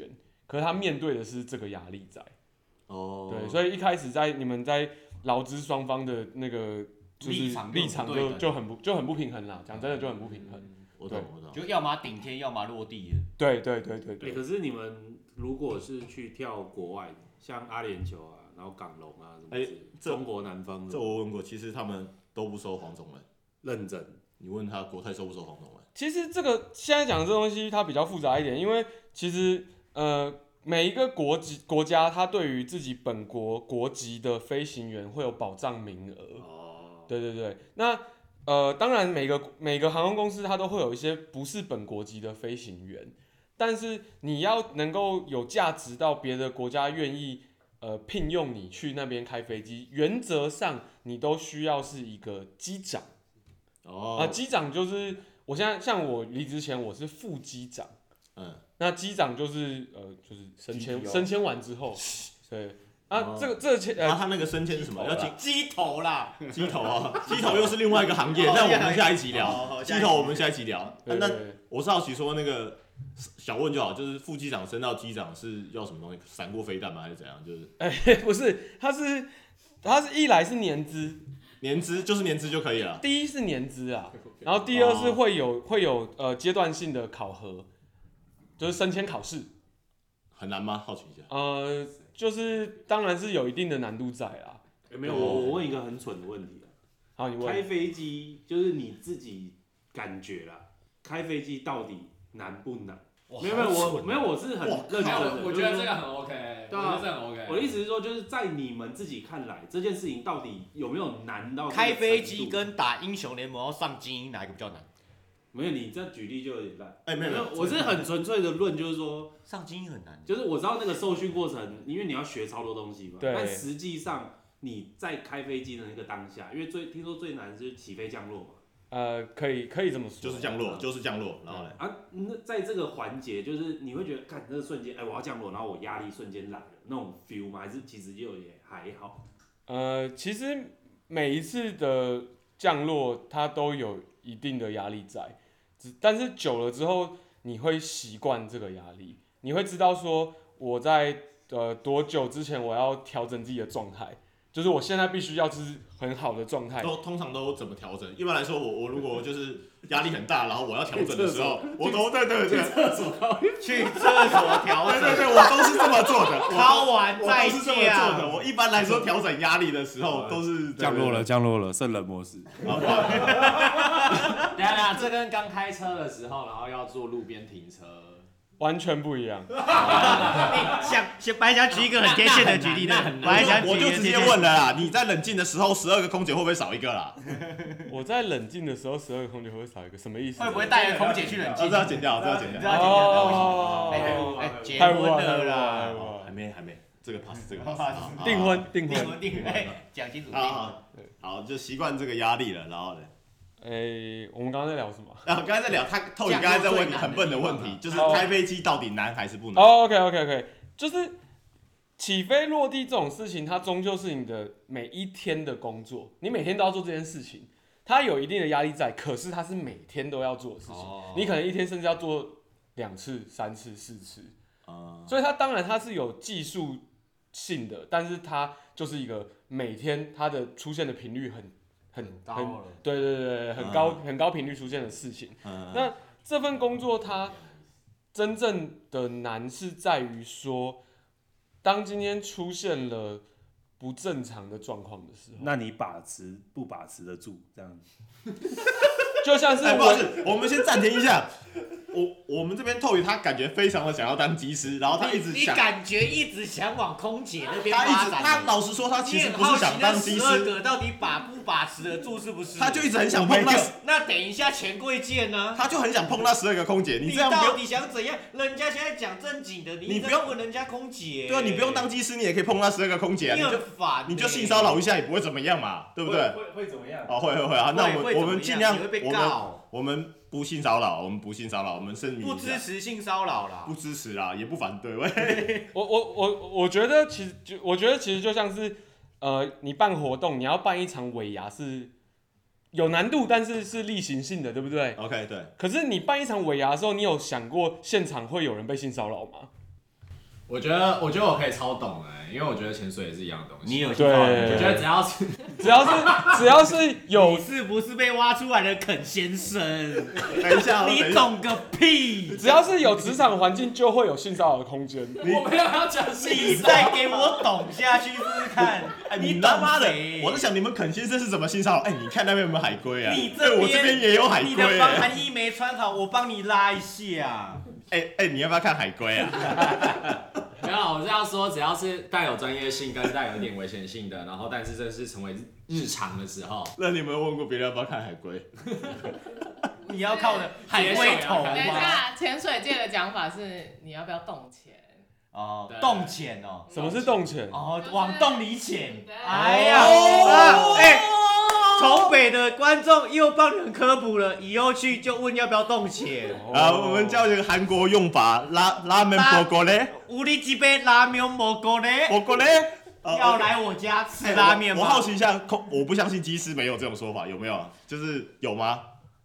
[SPEAKER 4] 可是他面对的是这个压力在。
[SPEAKER 1] 哦，
[SPEAKER 4] 对，所以一开始你们在劳资双方的那个就是立场就很不平衡啦，讲真的就很不平衡。
[SPEAKER 1] 我懂，
[SPEAKER 3] 就要么顶天，要么落地。
[SPEAKER 4] 对。
[SPEAKER 2] 可是你们如果是去跳国外的，像阿联酋啊，然后港龙啊什么中国南方，
[SPEAKER 1] 这我问过，其实他们都不收黄种人，
[SPEAKER 2] 认真。
[SPEAKER 1] 你问他国泰收不收黄种人？
[SPEAKER 4] 其实这个现在讲的这东西它比较复杂一点，因为其实每一个国家它对于自己本国国籍的飞行员会有保障名额。
[SPEAKER 2] 哦，
[SPEAKER 4] 对，那当然每个航空公司它都会有一些不是本国籍的飞行员，但是你要能够有价值到别的国家愿意聘用你去那边开飞机，原则上你都需要是一个机长。机长就是我现在像我离职前我是副机长，那机长就是升迁完之后，对这个
[SPEAKER 1] 他那个升迁是什么？要
[SPEAKER 3] 鸡头啦，
[SPEAKER 1] 鸡头啊，鸡头又是另外一个行业，那我们下一集聊。鸡头我们下一集聊。那我是好奇说那个小问就好，就是副机长升到机长是要什么东西？闪过飞弹吗？还是怎样？就是
[SPEAKER 4] 不是，他是一来是年资。
[SPEAKER 1] 年资就可以了。
[SPEAKER 4] 第一是年资啊，然后第二是会有阶段性的考核，就是升迁考试。
[SPEAKER 1] 很难吗？好奇一下。
[SPEAKER 4] 就是当然是有一定的难度在啦。
[SPEAKER 2] 没有，我问一个很蠢的问题啊。
[SPEAKER 4] 好，你问。
[SPEAKER 2] 开飞机就是你自己感觉啦，开飞机到底难不难？没有，我是很认真的。
[SPEAKER 5] 我觉得这个很 OK，
[SPEAKER 2] 对啊，我的意思是说，就是在你们自己看来，这件事情到底有没有难到？
[SPEAKER 3] 开飞机跟打英雄联盟要上精英哪一个比较难？
[SPEAKER 2] 没有，你这举例就有点烂。
[SPEAKER 1] 没有，
[SPEAKER 2] 我是很纯粹的论，就是说
[SPEAKER 3] 上精英很难。
[SPEAKER 2] 就是我知道那个受训过程，因为你要学超多东西嘛。
[SPEAKER 4] 对。
[SPEAKER 2] 但实际上你在开飞机的那个当下，因为听说最难就是起飞降落嘛。
[SPEAKER 4] 可以这么说，
[SPEAKER 1] 就是降落，然后呢？
[SPEAKER 2] 那在这个环节，就是你会觉得，看那个瞬间，我要降落，然后我压力瞬间来了，那种 feel 吗？还是其实就也还好？
[SPEAKER 4] 其实每一次的降落，它都有一定的压力在，但是久了之后，你会习惯这个压力，你会知道说我在多久之前我要调整自己的状态。就是我现在必须要是很好的状态。
[SPEAKER 1] 通常都怎么调整？一般来说，我如果就是压力很大，然后我要调整的时候，我都对，
[SPEAKER 3] 去厕所调整。
[SPEAKER 1] 对，我都是这么做的。
[SPEAKER 3] 敲完再
[SPEAKER 1] 降。我一般来说调整压力的时候都是
[SPEAKER 2] 降落了，圣人模式。
[SPEAKER 5] 等下，这跟刚开车的时候，然后要做路边停车。
[SPEAKER 4] 完全不一样。
[SPEAKER 3] 本来想举一个很贴切的举例的，
[SPEAKER 1] 我就直接问了啦，你在冷静的时候12个空姐会不会少一个啦？
[SPEAKER 4] 我在冷静的时候12个空姐会不会少一个？什么意思？
[SPEAKER 3] 会不会带个空姐去冷静？
[SPEAKER 1] 这要剪掉。
[SPEAKER 3] 结婚了啦，
[SPEAKER 1] 还没，这个 pass。
[SPEAKER 4] 订婚，
[SPEAKER 3] 讲清楚。
[SPEAKER 1] 好，就习惯这个压力了，然后呢？
[SPEAKER 4] 我们刚刚在聊什么？
[SPEAKER 1] 刚才在聊Tony刚才在问你很笨的问题，就是开飞机到底难还是不难
[SPEAKER 4] ？OK， 就是起飞落地这种事情，它终究是你的每一天的工作，你每天都要做这件事情，它有一定的压力在，可是它是每天都要做的事情，你可能一天甚至要做2次、3次、4次，所以它当然它是有技术性的，但是它就是一个每天它的出现的频率很高了，对，很高频率出现的事情。那这份工作它真正的难是在于说，当今天出现了不正常的状况的时候，
[SPEAKER 2] 那你不把持得住这样子？
[SPEAKER 4] 就像是
[SPEAKER 1] 不好意思，我们先暂停一下。我们这边Toby他感觉非常的想要当机师，然后他一直想，
[SPEAKER 3] 你感觉一直想往空姐那边发展。
[SPEAKER 1] 他老实说，他其实不是想当机师。
[SPEAKER 3] 12个到底把不把持得住是不是？
[SPEAKER 1] 他就一直很想碰
[SPEAKER 3] 那等一下钱柜见呢？
[SPEAKER 1] 他就很想碰那12个空姐。
[SPEAKER 3] 你
[SPEAKER 1] 这样
[SPEAKER 3] 到底想怎样？人家现在讲正经的，你不用问人家空姐。
[SPEAKER 1] 对啊，你不用当机师，你也可以碰那12个空姐。
[SPEAKER 3] 你很烦。
[SPEAKER 1] 你就性骚扰一下也不会怎么样嘛，对不对？
[SPEAKER 5] 会怎么样？
[SPEAKER 1] 会啊。那我们尽量，
[SPEAKER 3] 我
[SPEAKER 1] 们不性骚扰，我们声明
[SPEAKER 3] 不支持性骚扰啦，
[SPEAKER 1] 不支持啦，也不反对。
[SPEAKER 4] 我觉得其实就像是你办活动，你要办一场尾牙是有难度，但是是例行性的，对不对
[SPEAKER 1] ？OK， 对。
[SPEAKER 4] 可是你办一场尾牙的时候，你有想过现场会有人被性骚扰吗？
[SPEAKER 5] 我觉得我可以超懂因为我觉得潜水也是一样的东西。
[SPEAKER 3] 你有
[SPEAKER 4] 对，
[SPEAKER 5] 我觉得
[SPEAKER 4] 只要是有
[SPEAKER 3] 你是不是被挖出来的肯先生？
[SPEAKER 1] 等一下，
[SPEAKER 3] 你懂个屁！
[SPEAKER 4] 只要是有职场环境，就会有性骚扰的空间。
[SPEAKER 5] 我没有要讲
[SPEAKER 3] 你再给我懂下去试试看。
[SPEAKER 1] 你
[SPEAKER 3] 懂
[SPEAKER 1] 他妈的
[SPEAKER 3] 谁！
[SPEAKER 1] 我在想你们肯先生是怎么性骚扰？你看那边有没有海龟啊？
[SPEAKER 3] 你这边
[SPEAKER 1] 我这边也有海
[SPEAKER 3] 你的
[SPEAKER 1] 龟
[SPEAKER 3] 防寒衣没穿好，我帮你拉一下。
[SPEAKER 1] 你要不要看海龟啊？
[SPEAKER 5] 没有，我是要说，只要是带有专业性跟带有一点危险性的，然后但是这是成为日常的时候，
[SPEAKER 1] 那你们问过别人要不要看海龟？
[SPEAKER 3] 你要靠的海龟头
[SPEAKER 6] 等一
[SPEAKER 3] 吗？
[SPEAKER 6] 下，潜水界的讲法是你要不要动潜？
[SPEAKER 3] 哦，
[SPEAKER 5] 对
[SPEAKER 3] 洞潜哦，
[SPEAKER 4] 什么是洞潜？
[SPEAKER 3] 哦，往洞里潜。
[SPEAKER 6] 对
[SPEAKER 3] 哎呀，从北的观众又帮你们科普了，以后去就问要不要动潜。
[SPEAKER 1] 我们教这个韩国用法，拉面波锅嘞，
[SPEAKER 3] 无力几杯拉面蘑菇嘞，
[SPEAKER 1] 波锅嘞。
[SPEAKER 3] 要来我家吃拉面吗？
[SPEAKER 1] 我好奇一下，我不相信机师没有这种说法，有没有？就是有吗？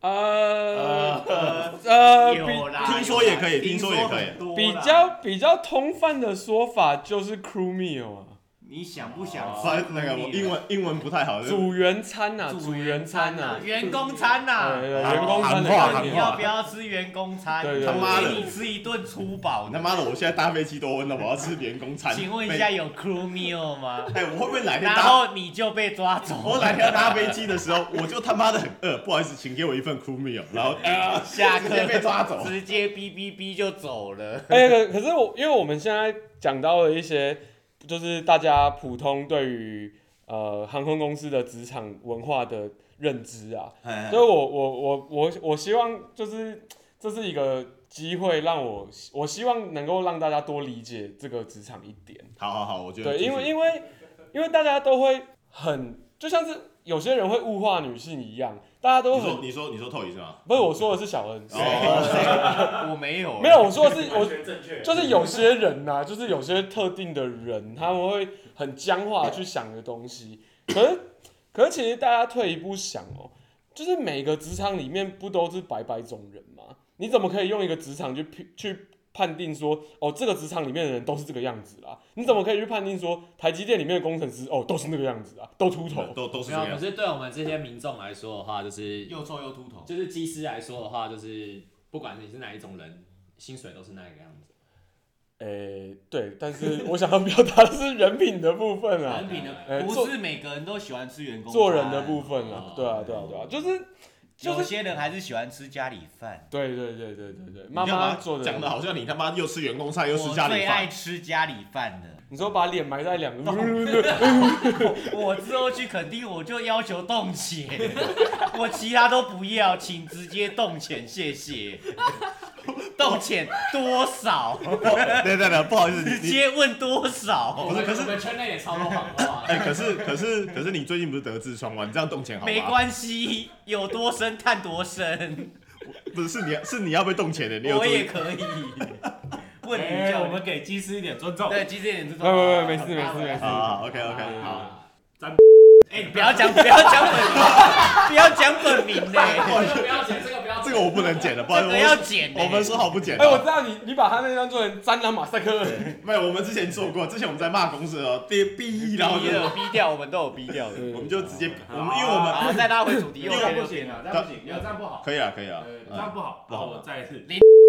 [SPEAKER 3] 有啦，
[SPEAKER 1] 听说也可以，听说也可以。
[SPEAKER 4] 比较通泛的说法就是 crew meal 啊，
[SPEAKER 3] 你想不想
[SPEAKER 1] 不然那个我英文不太好，
[SPEAKER 4] 组员餐呐，组员餐呐，
[SPEAKER 3] 员工餐呐，
[SPEAKER 4] 对员工餐的
[SPEAKER 1] 喊话
[SPEAKER 4] 概念。
[SPEAKER 3] 你要不要吃员工餐？
[SPEAKER 4] 对
[SPEAKER 1] 他妈的
[SPEAKER 3] 给你吃一顿粗饱。
[SPEAKER 1] 他妈的，我现在搭飞机多温了，我要吃员工餐。
[SPEAKER 3] 请问一下，有 crew meal 吗？
[SPEAKER 1] 我会不会哪天
[SPEAKER 3] 然后你就被抓走。
[SPEAKER 1] 我哪天搭飞机的时候，我就他妈的很饿，不好意思，请给我一份 crew meal，然后
[SPEAKER 3] 下课
[SPEAKER 1] 直接被抓走。
[SPEAKER 3] 直接哔哔哔就走了。
[SPEAKER 4] 可是因为我们现在讲到了一些，就是大家普通对于航空公司的职场文化的认知啊，所以我希望就是这是一个机会，让我希望能够让大家多理解这个职场一点。
[SPEAKER 1] 好，我觉得
[SPEAKER 4] 对，因为大家都会就像是有些人会物化女性一样，大家都
[SPEAKER 1] 你说透是吗？
[SPEAKER 4] 不是我说的是小恩，
[SPEAKER 3] 我没有，
[SPEAKER 4] 没有，我说的是就是有些人呐、就是有些特定的人，他们会很僵化去想的东西。可是其实大家退一步想哦，就是每个职场里面不都是百种人吗？你怎么可以用一个职场去判定说，哦，这个职场里面的人都是这个样子啦？你怎么可以去判定说，台积电里面的工程师哦都是那个样子啊，都秃头，
[SPEAKER 1] 都是
[SPEAKER 5] 没有。可
[SPEAKER 1] 这样。
[SPEAKER 5] 是对我们这些民众来说的话，就是
[SPEAKER 3] 又臭又秃头。
[SPEAKER 5] 就是机师来说的话，就是不管你是哪一种人，薪水都是那个样子。
[SPEAKER 4] 对，但是我想要表达的是人品的部分啊，
[SPEAKER 3] 人品的不是每个人都喜欢吃员工餐
[SPEAKER 4] 做人的部分啊，对啊，就是
[SPEAKER 3] 有些人还是喜欢吃家里饭。
[SPEAKER 4] 对，妈妈做的
[SPEAKER 1] 讲的好像你他妈又吃员工菜又吃家里
[SPEAKER 3] 我最爱
[SPEAKER 1] 饭。
[SPEAKER 3] 吃家里饭的。
[SPEAKER 4] 你说把脸埋在两个，
[SPEAKER 3] 我之后去垦丁，我就要求动潜，我其他都不要，请直接动潜，谢谢。动潜多少？
[SPEAKER 1] 对，不好意思，
[SPEAKER 3] 直接问多少？
[SPEAKER 1] 不是，可是
[SPEAKER 5] 我们圈内也超多谎话。
[SPEAKER 1] 可是你最近不是得痔疮吗？你这样动钱好吗？
[SPEAKER 3] 没关系，有多深看多深，
[SPEAKER 1] 不是你要被动钱的，你有
[SPEAKER 3] 我
[SPEAKER 1] 注意
[SPEAKER 3] 也可以。问你叫
[SPEAKER 2] 我们给技师一点尊重。
[SPEAKER 3] 对，其实一点这种。
[SPEAKER 4] 没事。
[SPEAKER 1] 好 OK 好。
[SPEAKER 3] 不要讲本名，不要讲本名嘞。
[SPEAKER 5] 这个不要剪，这个不要剪。
[SPEAKER 1] 这个我不能剪了，不然
[SPEAKER 3] 这个要剪。
[SPEAKER 1] 我们说好不剪。
[SPEAKER 4] 我知道你把他那张做成蟑螂马赛克。
[SPEAKER 1] 没有，我们之前做过，之前我们在骂公司哦，逼，然后就
[SPEAKER 3] 逼掉，我们都有逼掉的。
[SPEAKER 1] 我们就直接因为我们
[SPEAKER 3] 好，再拉回主题，
[SPEAKER 2] 这样不行啊，这样不行，因为这样不好。
[SPEAKER 1] 可以啊，
[SPEAKER 2] 这样不好，
[SPEAKER 1] 不好
[SPEAKER 2] 我再一次。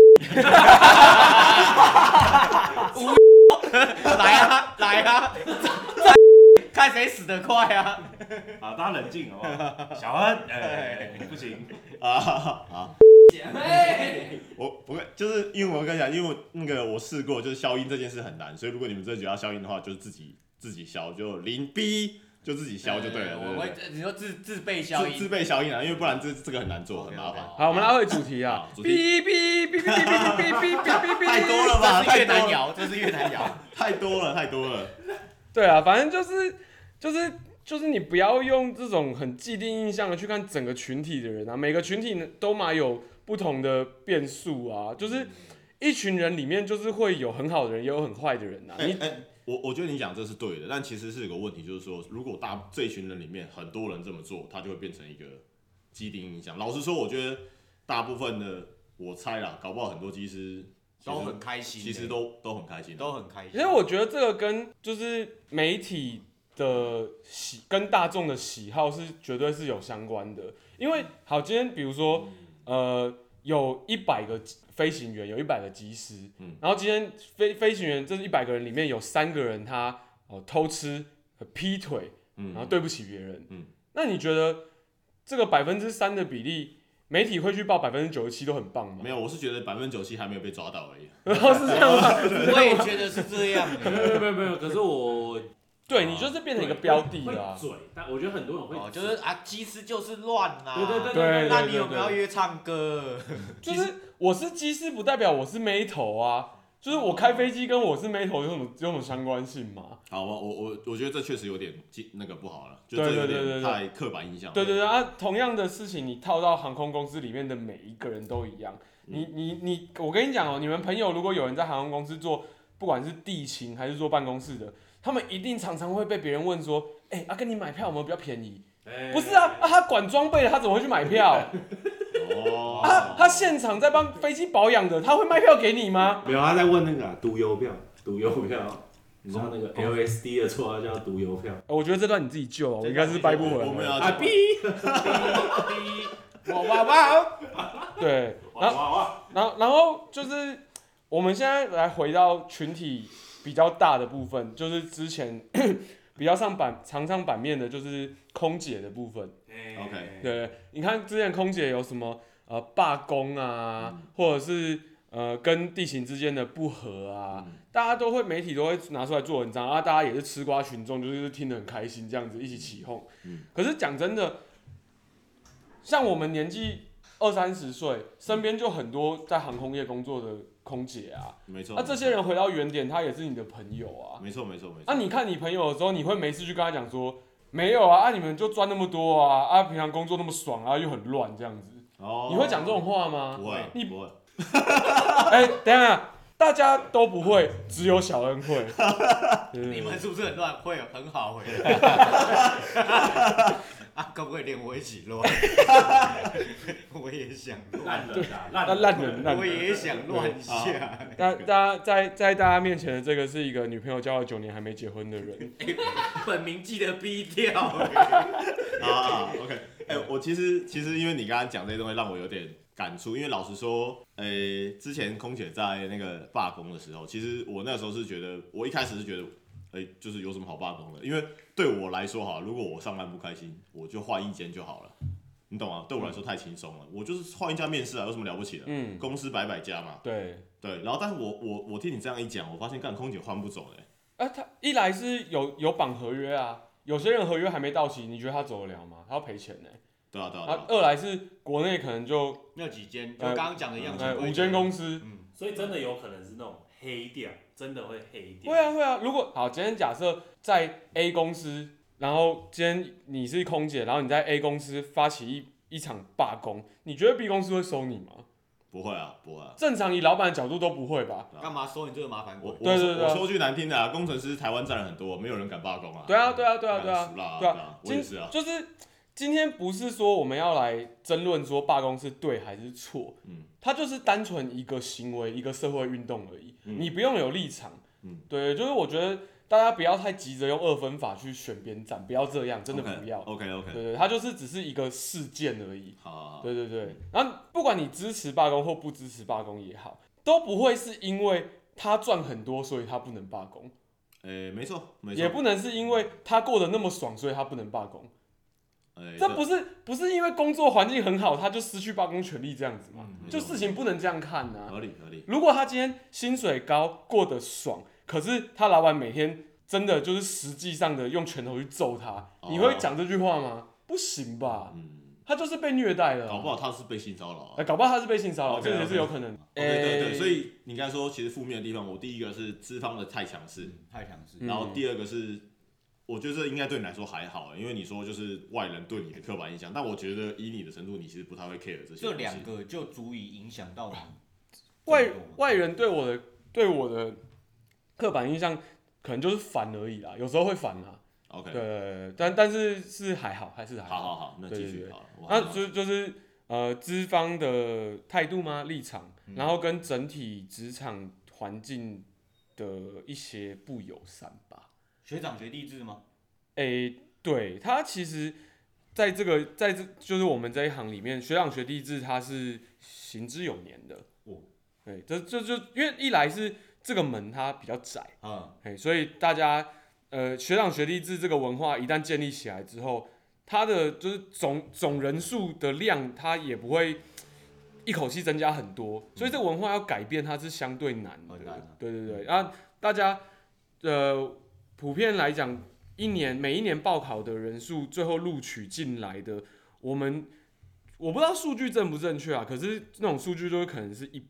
[SPEAKER 3] 来啊，看谁死得快啊！
[SPEAKER 2] 好，大家冷静好不好？小恩，不行
[SPEAKER 1] 好。
[SPEAKER 5] 姐妹，
[SPEAKER 1] 我不会，就是因为我跟你讲，因为那个我试过，就是消音这件事很难，所以如果你们真的觉得要消音的话，就是自己消，就零 B 就自己消就对了。
[SPEAKER 3] 我会，你说自备消音，
[SPEAKER 1] 自备消音啊，因为不然这个很难做，很麻烦。
[SPEAKER 4] 好，我们拉回主题啊。
[SPEAKER 1] 主题
[SPEAKER 4] 哔，
[SPEAKER 1] 太多了吧？
[SPEAKER 3] 这是越南谣，这是越南谣，
[SPEAKER 1] 太多了。
[SPEAKER 4] 对啊，反正就是你不要用这种很既定印象的去看整个群体的人啊，每个群体都嘛有不同的变数啊，就是一群人里面就是会有很好的人，也有很坏的人啊。
[SPEAKER 1] 我觉得你讲这是对的，但其实是有个问题，就是说，如果这一群人里面很多人这么做，它就会变成一个既定印象。老实说，我觉得大部分的，我猜啦，搞不好很多技师
[SPEAKER 3] 都很开心，
[SPEAKER 1] 其实都很开心，
[SPEAKER 3] 都很开心。
[SPEAKER 4] 因为我觉得这个跟就是媒体的跟大众的喜好是绝对是有相关的。因为好，今天比如说有100个飞行员，有100个机师，然后今天飞行员这100个人里面有3个人他偷吃、劈腿，然后对不起别人，那你觉得这个3%的比例？媒体会去报97%都很棒吗？
[SPEAKER 1] 没有，我是觉得97%还没有被抓到而已。
[SPEAKER 4] 然后是这样吗？
[SPEAKER 3] 我也觉得是这样。
[SPEAKER 2] 没有，可是我
[SPEAKER 4] 对你就是变成一个标的了啊。
[SPEAKER 2] 嘴，但我觉得很多人会
[SPEAKER 3] 就是机师就是乱啦。
[SPEAKER 4] 对，
[SPEAKER 3] 那你有没有约唱歌？
[SPEAKER 4] 就是我是机师，不代表我是妹头啊。就是我开飞机跟我是妹头有什么相关性吗？
[SPEAKER 1] 好，我觉得这确实有点那个不好了，就这有点太刻板印象。
[SPEAKER 4] 对啊，同样的事情你套到航空公司里面的每一个人都一样。我跟你讲你们朋友如果有人在航空公司做，不管是地勤还是做办公室的，他们一定常常会被别人问说，跟你买票有没有比较便宜？不是啊，他管装备的，他怎么会去买票？他现场在帮飞机保养的，他会卖票给你吗？
[SPEAKER 2] 没有，他在问那个赌邮票，你知道那个 LSD 的绰号叫赌邮票。
[SPEAKER 4] 我觉得这段你自己救了，我应该是掰不回来。
[SPEAKER 1] 我们要
[SPEAKER 3] 哇！
[SPEAKER 4] 对，然后就是我们现在来回到群体比较大的部分，就是之前比较常上版面的，就是空姐的部分。
[SPEAKER 1] OK，
[SPEAKER 4] 对，你看之前空姐有什么罢工啊，或者是跟地勤之间的不和啊，大家媒体都会拿出来做文章啊，大家也是吃瓜群众，就是听得很开心，这样子一起起哄。可是讲真的，像我们年纪20-30岁，身边就很多在航空业工作的空姐啊，
[SPEAKER 1] 没错。
[SPEAKER 4] 那这些人回到原点，他也是你的朋友啊。
[SPEAKER 1] 没错。
[SPEAKER 4] 那你看你朋友的时候，你会没事去跟他讲说，没有啊，你们就赚那么多啊，平常工作那么爽啊，又很乱这样子。你会讲这种话吗？
[SPEAKER 1] 不会，
[SPEAKER 4] 你
[SPEAKER 1] 不会。
[SPEAKER 4] 等一下，大家都不会，只有小恩会。
[SPEAKER 3] 你们是不是很乱？会很好可不可以连我一起乱？我也想乱，
[SPEAKER 4] 烂人，
[SPEAKER 3] 我也想乱一下。
[SPEAKER 4] 大家在大家面前的这个是一个女朋友交了9年还没结婚的人，
[SPEAKER 3] 本名记得逼掉。
[SPEAKER 1] OK， 我其实因为你刚刚讲这些东西让我有点感触，因为老实说，之前空姐在那个罢工的时候，其实我那时候是觉得，我一开始是觉得。就是有什么好罢工的？因为对我来说哈，如果我上班不开心，我就换一间就好了，你懂吗？对我来说太轻松了，我就是换一家面试啊，有什么了不起的？公司百家嘛。对。然后，但是我听你这样一讲，我发现干空姐换不走的。
[SPEAKER 4] 他一来是有绑合约啊，有些人合约还没到期，你觉得他走得了吗？他要赔钱呢。
[SPEAKER 1] 对啊。
[SPEAKER 4] 二来是国内可能就
[SPEAKER 3] 那几间，就刚刚讲的样子
[SPEAKER 4] ，5间公司。
[SPEAKER 2] 所以真的有可能是那种黑掉。真的会黑掉。
[SPEAKER 4] 会啊。如果好，今天假设在 A 公司，然后今天你是空姐，然后你在 A 公司发起一场罢工，你觉得 B 公司会收你吗？
[SPEAKER 1] 不会啊。
[SPEAKER 4] 正常以老板的角度都不会吧？
[SPEAKER 3] 干嘛收你这个麻烦鬼？
[SPEAKER 4] 对。
[SPEAKER 1] 我说句难听的工程师台湾占了很多，没有人敢罢工啊。
[SPEAKER 4] 对啊。
[SPEAKER 1] 我也是啊。
[SPEAKER 4] 就是今天不是说我们要来争论说罢工是对还是错，它就是单纯一个行为，一个社会运动而已。你不用有立场，对，就是我觉得大家不要太急着用2分法去选边站，不要这样，真的不要。
[SPEAKER 1] OK，
[SPEAKER 4] 对，它就是只是一个事件而已。
[SPEAKER 1] 好。
[SPEAKER 4] 对。然后不管你支持罢工或不支持罢工也好，都不会是因为他赚很多所以他不能罢工。
[SPEAKER 1] 没错。
[SPEAKER 4] 也不能是因为他过得那么爽所以他不能罢工。这不是因为工作环境很好，他就失去罢工权利这样子嘛？就事情不能这样看啊。
[SPEAKER 1] 合理。
[SPEAKER 4] 如果他今天薪水高，过得爽，可是他老板每天真的就是实际上的用拳头去揍他，你会讲这句话吗？不行吧？他就是被虐待了。
[SPEAKER 1] 搞不好他是被性骚扰。
[SPEAKER 4] 搞不好他是被性骚扰，这也是有可能。
[SPEAKER 1] 对。所以你刚才说，其实负面的地方，我第一个是资方的太强势，然后第二个是。我觉得这应该对你来说还好，因为你说就是外人对你的刻板印象，但我觉得以你的程度，你其实不太会 care 这些。
[SPEAKER 3] 这2个就足以影响到你。
[SPEAKER 4] 外人对我的刻板印象，可能就是烦而已啦，有时候会烦啦。
[SPEAKER 1] OK。
[SPEAKER 4] 对，但是还好，还是还好。
[SPEAKER 1] 好，那继续好了。
[SPEAKER 4] 那就是资方的态度吗？立场？ 然后跟整体职场环境的一些不友善吧。
[SPEAKER 3] 学长学弟制吗？
[SPEAKER 4] 对，他其实在这就是我们这一行里面，学长学弟制他是行之有年的。对，就因为一来是这个门它比较窄，所以大家学长学弟制这个文化一旦建立起来之后，它的就是总人数的量，它也不会一口气增加很多，所以这个文化要改变它是相对难的。对，然后大家普遍来讲，每一年报考的人数，最后录取进来的，我不知道数据正不正确啊，可是那种数据就会可能是1%，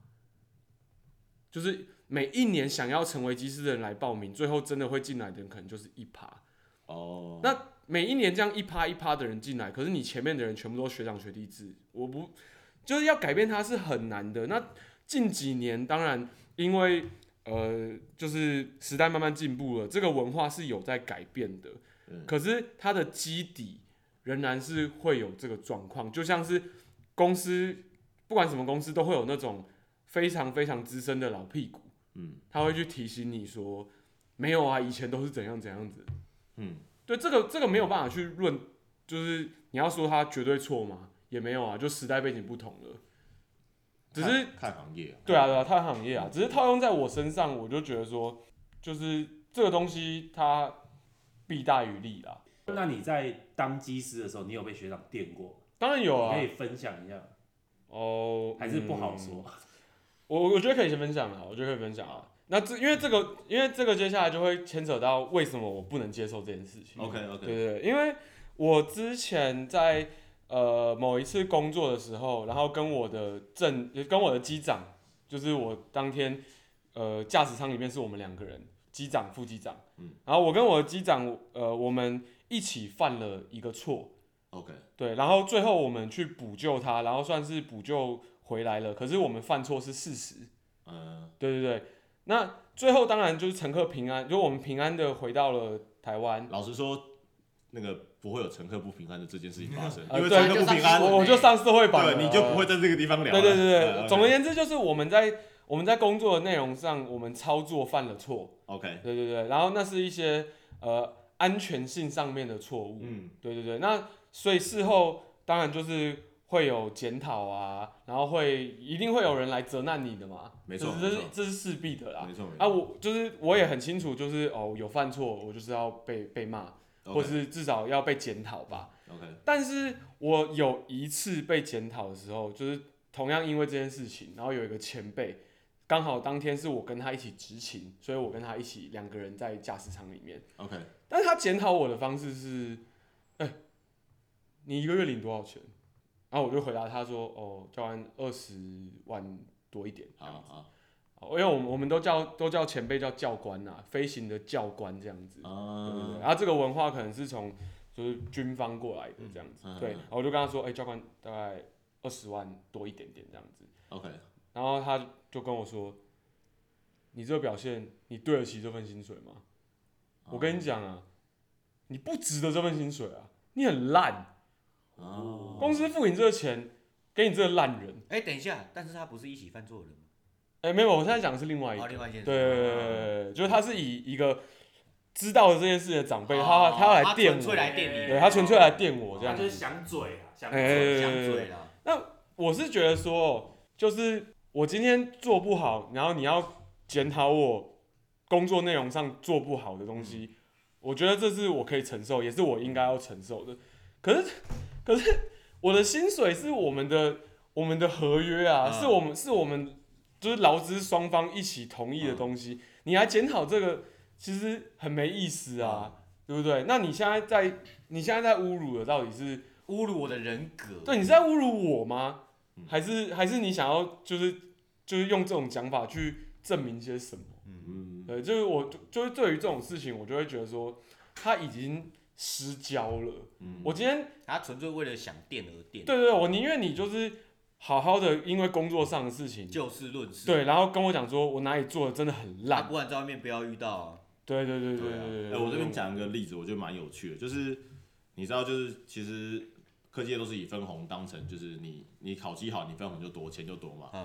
[SPEAKER 4] 就是每一年想要成为技师的人来报名，最后真的会进来的人可能就是1%。那每一年这样1%的人进来，可是你前面的人全部都学长学弟制，就是要改变它是很难的。那近几年当然因为就是时代慢慢进步了，这个文化是有在改变的，可是它的基底仍然是会有这个状况，就像是公司不管什么公司都会有那种非常非常资深的老屁股，他会去提醒你说没有啊，以前都是怎样怎样子，对，这个没有办法去论，就是你要说他绝对错吗？也没有啊，就时代背景不同了。只是
[SPEAKER 1] 看行业，
[SPEAKER 4] 对啊，看行业啊，只是套用在我身上，我就觉得说，就是这个东西它弊大于利啦。
[SPEAKER 2] 那你在当技师的时候，你有被学长电过？
[SPEAKER 4] 当然有啊，
[SPEAKER 2] 可以分享一下。还是不好说。
[SPEAKER 4] 我觉得可以先分享啊，我觉得可以分享啊。那因为这个接下来就会牵扯到为什么我不能接受这件事情。
[SPEAKER 1] OK，
[SPEAKER 4] 对，因为我之前在某一次工作的时候，然后跟我的机长，就是我当天驾驶舱里面是我们2个人，机长、副机长，然后我跟我的机长我们一起犯了一个错。
[SPEAKER 1] OK，
[SPEAKER 4] 对，然后最后我们去补救他，然后算是补救回来了，可是我们犯错是事实。对，那最后当然就是乘客平安，就我们平安的回到了台湾。
[SPEAKER 1] 老实说，那个不会有乘客不平安的这件事情发生，因为
[SPEAKER 4] 对，
[SPEAKER 1] 乘客不平安，
[SPEAKER 4] 我就上社会版了，
[SPEAKER 1] 对，你就不会在这个地方聊了。
[SPEAKER 4] 对，总而言之就是我们在工作的内容上，我们操作犯了错。
[SPEAKER 1] OK，
[SPEAKER 4] 对，然后那是一些安全性上面的错误。对，那所以事后当然就是会有检讨啊，然后一定会有人来责难你的嘛。
[SPEAKER 1] 没错，
[SPEAKER 4] 这是势必的啦。
[SPEAKER 1] 没错。
[SPEAKER 4] 我也很清楚，就是有犯错，我就是要被骂，或是至少要被检讨吧。
[SPEAKER 1] OK。
[SPEAKER 4] 但是我有一次被检讨的时候，就是同样因为这件事情，然后有一个前辈，刚好当天是我跟他一起执勤，所以我跟他一起2个人在驾驶舱里面。
[SPEAKER 1] OK。
[SPEAKER 4] 但是他检讨我的方式是，你1个月领多少钱？然后我就回答他说，教官20万多一点。好，因为我们都叫前辈叫教官呐，飞行的教官这样子。对，然后这个文化可能是从就是军方过来的这样子。对，然后我就跟他说，教官大概20万多一点点这样子。
[SPEAKER 1] OK。
[SPEAKER 4] 然后他就跟我说，你这个表现，你对得起这份薪水吗？我跟你讲啊，你不值得这份薪水啊，你很烂。公司付你这个钱，给你这个烂人。
[SPEAKER 3] 等一下，但是他不是一起犯错的人
[SPEAKER 4] 吗？
[SPEAKER 3] 吗？
[SPEAKER 4] 没有，我现在讲的是另外一个。
[SPEAKER 3] 另外一件事。
[SPEAKER 4] 对，就是他是以一个知道了这件事的长辈，他要来电我，
[SPEAKER 3] 他纯粹来电你，
[SPEAKER 4] 对，他纯粹来电我这样。
[SPEAKER 2] 他就是想嘴啊，想
[SPEAKER 3] 嘴啦。
[SPEAKER 4] 那我是觉得说，就是我今天做不好，然后你要检讨我工作内容上做不好的东西，我觉得这是我可以承受，也是我应该要承受的。可是我的薪水是我们的合约啊，是我们就是劳资双方一起同意的东西，你来检讨这个，其实很没意思啊，对不对？那你现在在侮辱的到底是
[SPEAKER 3] 侮辱我的人格？
[SPEAKER 4] 对，你是在侮辱我吗？还是你想要就是用这种讲法去证明些什么？对，就是就是对于这种事情，我就会觉得说他已经失焦了。我今天
[SPEAKER 3] 他纯粹为了想电而电。
[SPEAKER 4] 对，我宁愿你就是好好的，因为工作上的事情
[SPEAKER 3] 就事论事。
[SPEAKER 4] 对，然后跟我讲说我哪里做的真的很烂，
[SPEAKER 3] 不然在外面不要遇到啊。
[SPEAKER 4] 对。
[SPEAKER 1] 我这边讲一个例子，我觉得蛮有趣的，就是你知道，就是其实科技业都是以分红当成，就是你考绩好，你分红就多，钱就多嘛。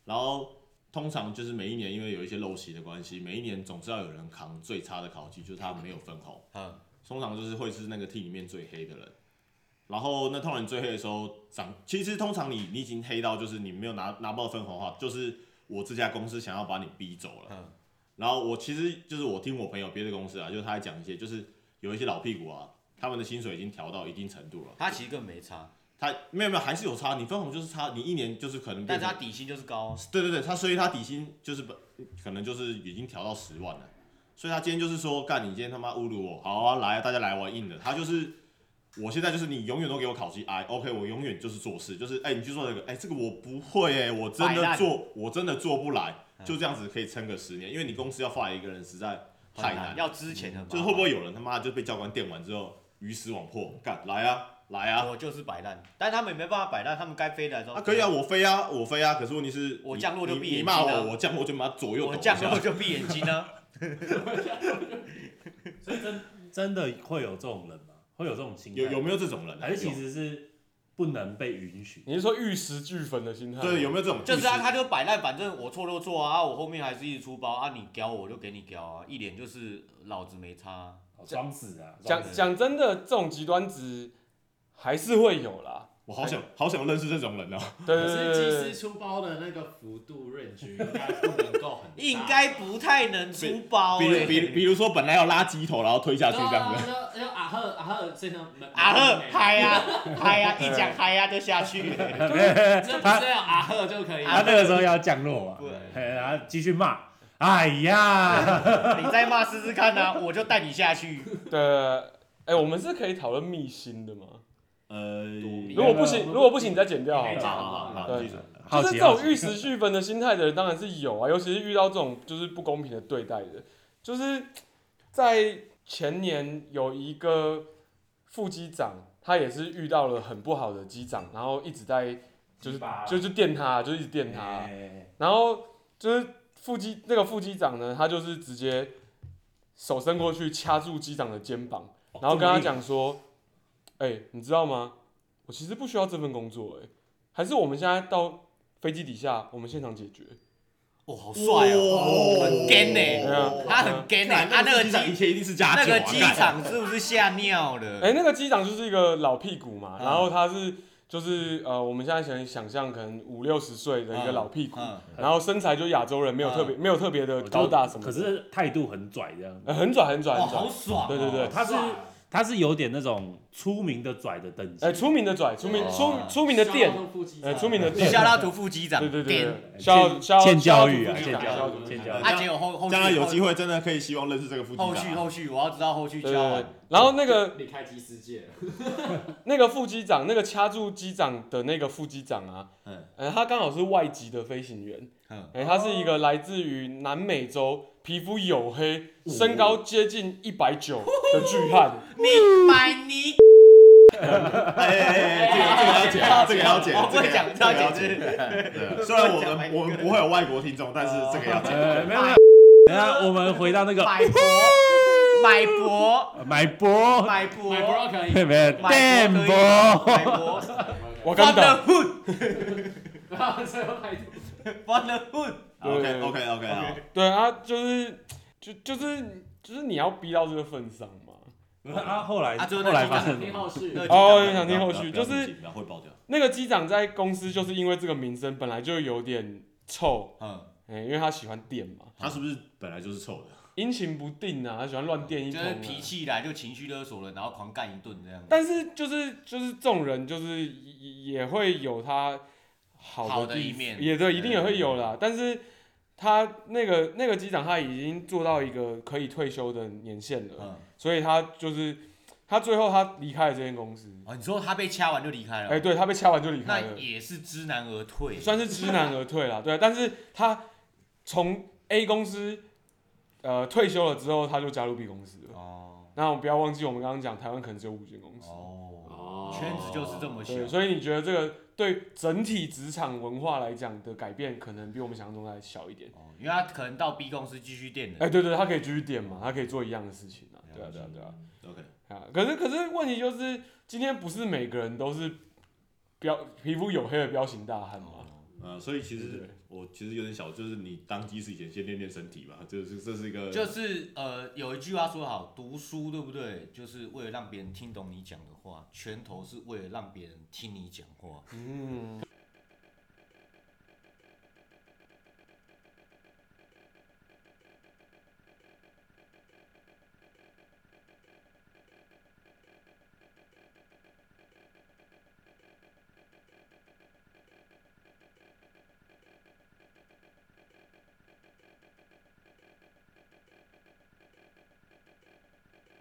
[SPEAKER 1] 然后通常就是每一年因为有一些陋习的关系，每一年总是要有人扛最差的考绩，就是他没有分红。通常就是会是那个 team 里面最黑的人。然后那通常你最黑的时候其实通常你已经黑到就是你没有拿不到分红的话，就是我这家公司想要把你逼走了。然后我其实就是我听我朋友别的公司啊，就是他在讲一些就是有一些老屁股啊，他们的薪水已经调到一定程度了。
[SPEAKER 3] 他其实根本没差。
[SPEAKER 1] 他没有还是有差，你分红就是差，你一年就是可能
[SPEAKER 3] 但是他底薪就是高。
[SPEAKER 1] 对，所以他底薪就是可能就是已经调到10万了。所以他今天就是说，干你今天他妈侮辱我，好啊，来啊，大家来玩硬的。他就是我现在就是你永远都给我考绩，OK， 我永远就是做事，就是你去做这个，这个我不会我真的做不来，就这样子可以撑个10年，因为你公司要发一个人实在太难，
[SPEAKER 3] 要之前的，
[SPEAKER 1] 就是会不会有人他妈就被教官电完之后鱼死网破，干来啊，
[SPEAKER 3] 我就是摆烂，但他们也没办法摆烂，他们该飞的时候。
[SPEAKER 1] 可以啊，我飞啊，可是问题是，
[SPEAKER 3] 我降落就闭眼睛。
[SPEAKER 1] 你骂我降落就把左右抖。
[SPEAKER 3] 我降落就闭眼睛啊。
[SPEAKER 2] 所以真的会有这种人吗？会有这种心态？
[SPEAKER 1] 有没有这种人？
[SPEAKER 2] 还是其实是不能被允许？
[SPEAKER 4] 你是说玉石俱焚的心态？
[SPEAKER 1] 对，有没有这种？
[SPEAKER 3] 就是他就摆烂，反正我错就错啊，我后面还是一直出包啊，你屌我就给你屌啊，一脸就是老子没差。
[SPEAKER 2] 装死啊！
[SPEAKER 4] 讲真的，这种极端值还是会有啦。
[SPEAKER 1] 我好想认识这种人哦。
[SPEAKER 4] 对，
[SPEAKER 5] 可是技师出包的那个幅度 range 应该不能够很大，
[SPEAKER 3] 应该不太能出包。
[SPEAKER 1] 比如说本来要拉机头，然后推下去这样子。
[SPEAKER 5] 就阿赫这样，
[SPEAKER 3] 阿赫嗨呀，一讲嗨呀就下去。
[SPEAKER 5] 这不是要阿赫就可以。
[SPEAKER 2] 他那个时候要降落嘛，然后继续骂。哎呀，
[SPEAKER 3] 你再骂试试看啊，我就带你下去。
[SPEAKER 4] 对，我们是可以讨论秘辛的吗？
[SPEAKER 1] 如
[SPEAKER 4] 果不行，你再剪掉好了。
[SPEAKER 1] 对，
[SPEAKER 4] 就是这种玉石俱焚的心态的人当然是有啊，尤其是遇到这种就是不公平的对待的，就是在前年有一个副机长，他也是遇到了很不好的机长，然后一直在就是电他，就一直电他，然后就是那个副机长呢，他就是直接手伸过去掐住机长的肩膀，然后跟他讲说。你知道吗？我其实不需要这份工作，还是我们现在到飞机底下，我们现场解决。
[SPEAKER 3] 好帅哦，很 gan 呢，他很 gan 呢，他那个机长
[SPEAKER 1] 以前一定是加
[SPEAKER 3] 那个机长是不是吓尿了？
[SPEAKER 4] 那个机长就是一个老屁股嘛，然后他是就是我们现在想象可能50-60岁的一个老屁股，然后身材就亚洲人，没有特别的高大什么，
[SPEAKER 2] 可是态度很拽这样，
[SPEAKER 4] 很拽，
[SPEAKER 3] 好爽，
[SPEAKER 4] 对，
[SPEAKER 2] 他是有点那种出名的拽的等级，
[SPEAKER 4] 出名的拽，出名的店，出名的店，
[SPEAKER 3] 肖拉图副机长，
[SPEAKER 4] 对，
[SPEAKER 2] 欠教育啊，
[SPEAKER 3] 欠教育。结果后
[SPEAKER 1] 将来有机会真的可以希望认识这个副机长。
[SPEAKER 3] 后续我要知道后续教完。
[SPEAKER 4] 然后那个
[SPEAKER 5] 离开机师界，
[SPEAKER 4] 那个副机长，那个掐住机长的那个副机长啊，他刚好是外籍的飞行员，他是一个来自于南美洲。皮肤黝黑，身高接近190的巨汉。
[SPEAKER 3] 你，
[SPEAKER 1] 这个要剪，
[SPEAKER 3] 我不会讲，这要剪。
[SPEAKER 1] 虽然我们不会有外国听众，但是这个要剪。
[SPEAKER 2] 没有。等下我们回到那个买博
[SPEAKER 5] 可以，
[SPEAKER 2] 没有电博，
[SPEAKER 4] 我刚打。
[SPEAKER 3] From the hood。OK，
[SPEAKER 1] 好。
[SPEAKER 4] 对啊，就是你要逼到这个份上嘛。
[SPEAKER 2] 后来发生
[SPEAKER 5] 听后续。
[SPEAKER 4] 想听后续，就是
[SPEAKER 1] 会爆掉。
[SPEAKER 4] 那个机长在公司就是因为这个名声本来就有点臭，因为他喜欢电嘛。
[SPEAKER 1] 他是不是本来就是臭的？
[SPEAKER 4] 阴晴不定啊，他喜欢乱电一通。
[SPEAKER 3] 就是脾气来就情绪勒索了，然后狂干一顿这样。
[SPEAKER 4] 但是就是这种人就是也会有他。好
[SPEAKER 3] 的一面
[SPEAKER 4] 也对，一定也会有啦。但是他那个机长他已经做到一个可以退休的年限了，所以他最后他离开了这间公司。
[SPEAKER 3] 你说他被掐完就离开了？
[SPEAKER 4] 对，他被掐完就离开了。
[SPEAKER 3] 那也是知难而退，
[SPEAKER 4] 算是知难而退啦。对，但是他从 A 公司退休了之后，他就加入 B 公司了。那我们不要忘记，我们刚刚讲台湾可能只有5间公司。
[SPEAKER 3] 圈子就是这么小。
[SPEAKER 4] 所以你觉得这个对整体职场文化来讲的改变，可能比我们想象中还小一点。
[SPEAKER 3] 因为他可能到 B 公司继续垫
[SPEAKER 4] 的。对，他可以继续垫嘛，他可以做一样的事情啊。对啊。OK。可是问题就是，今天不是每个人都是皮肤黝黑的彪形大汉嘛。
[SPEAKER 1] 所以其实我其实有点小，就是你当机师以前先练练身体嘛，这是一个，
[SPEAKER 3] 就是有一句话说好，读书对不对？就是为了让别人听懂你讲的话，拳头是为了让别人听你讲话。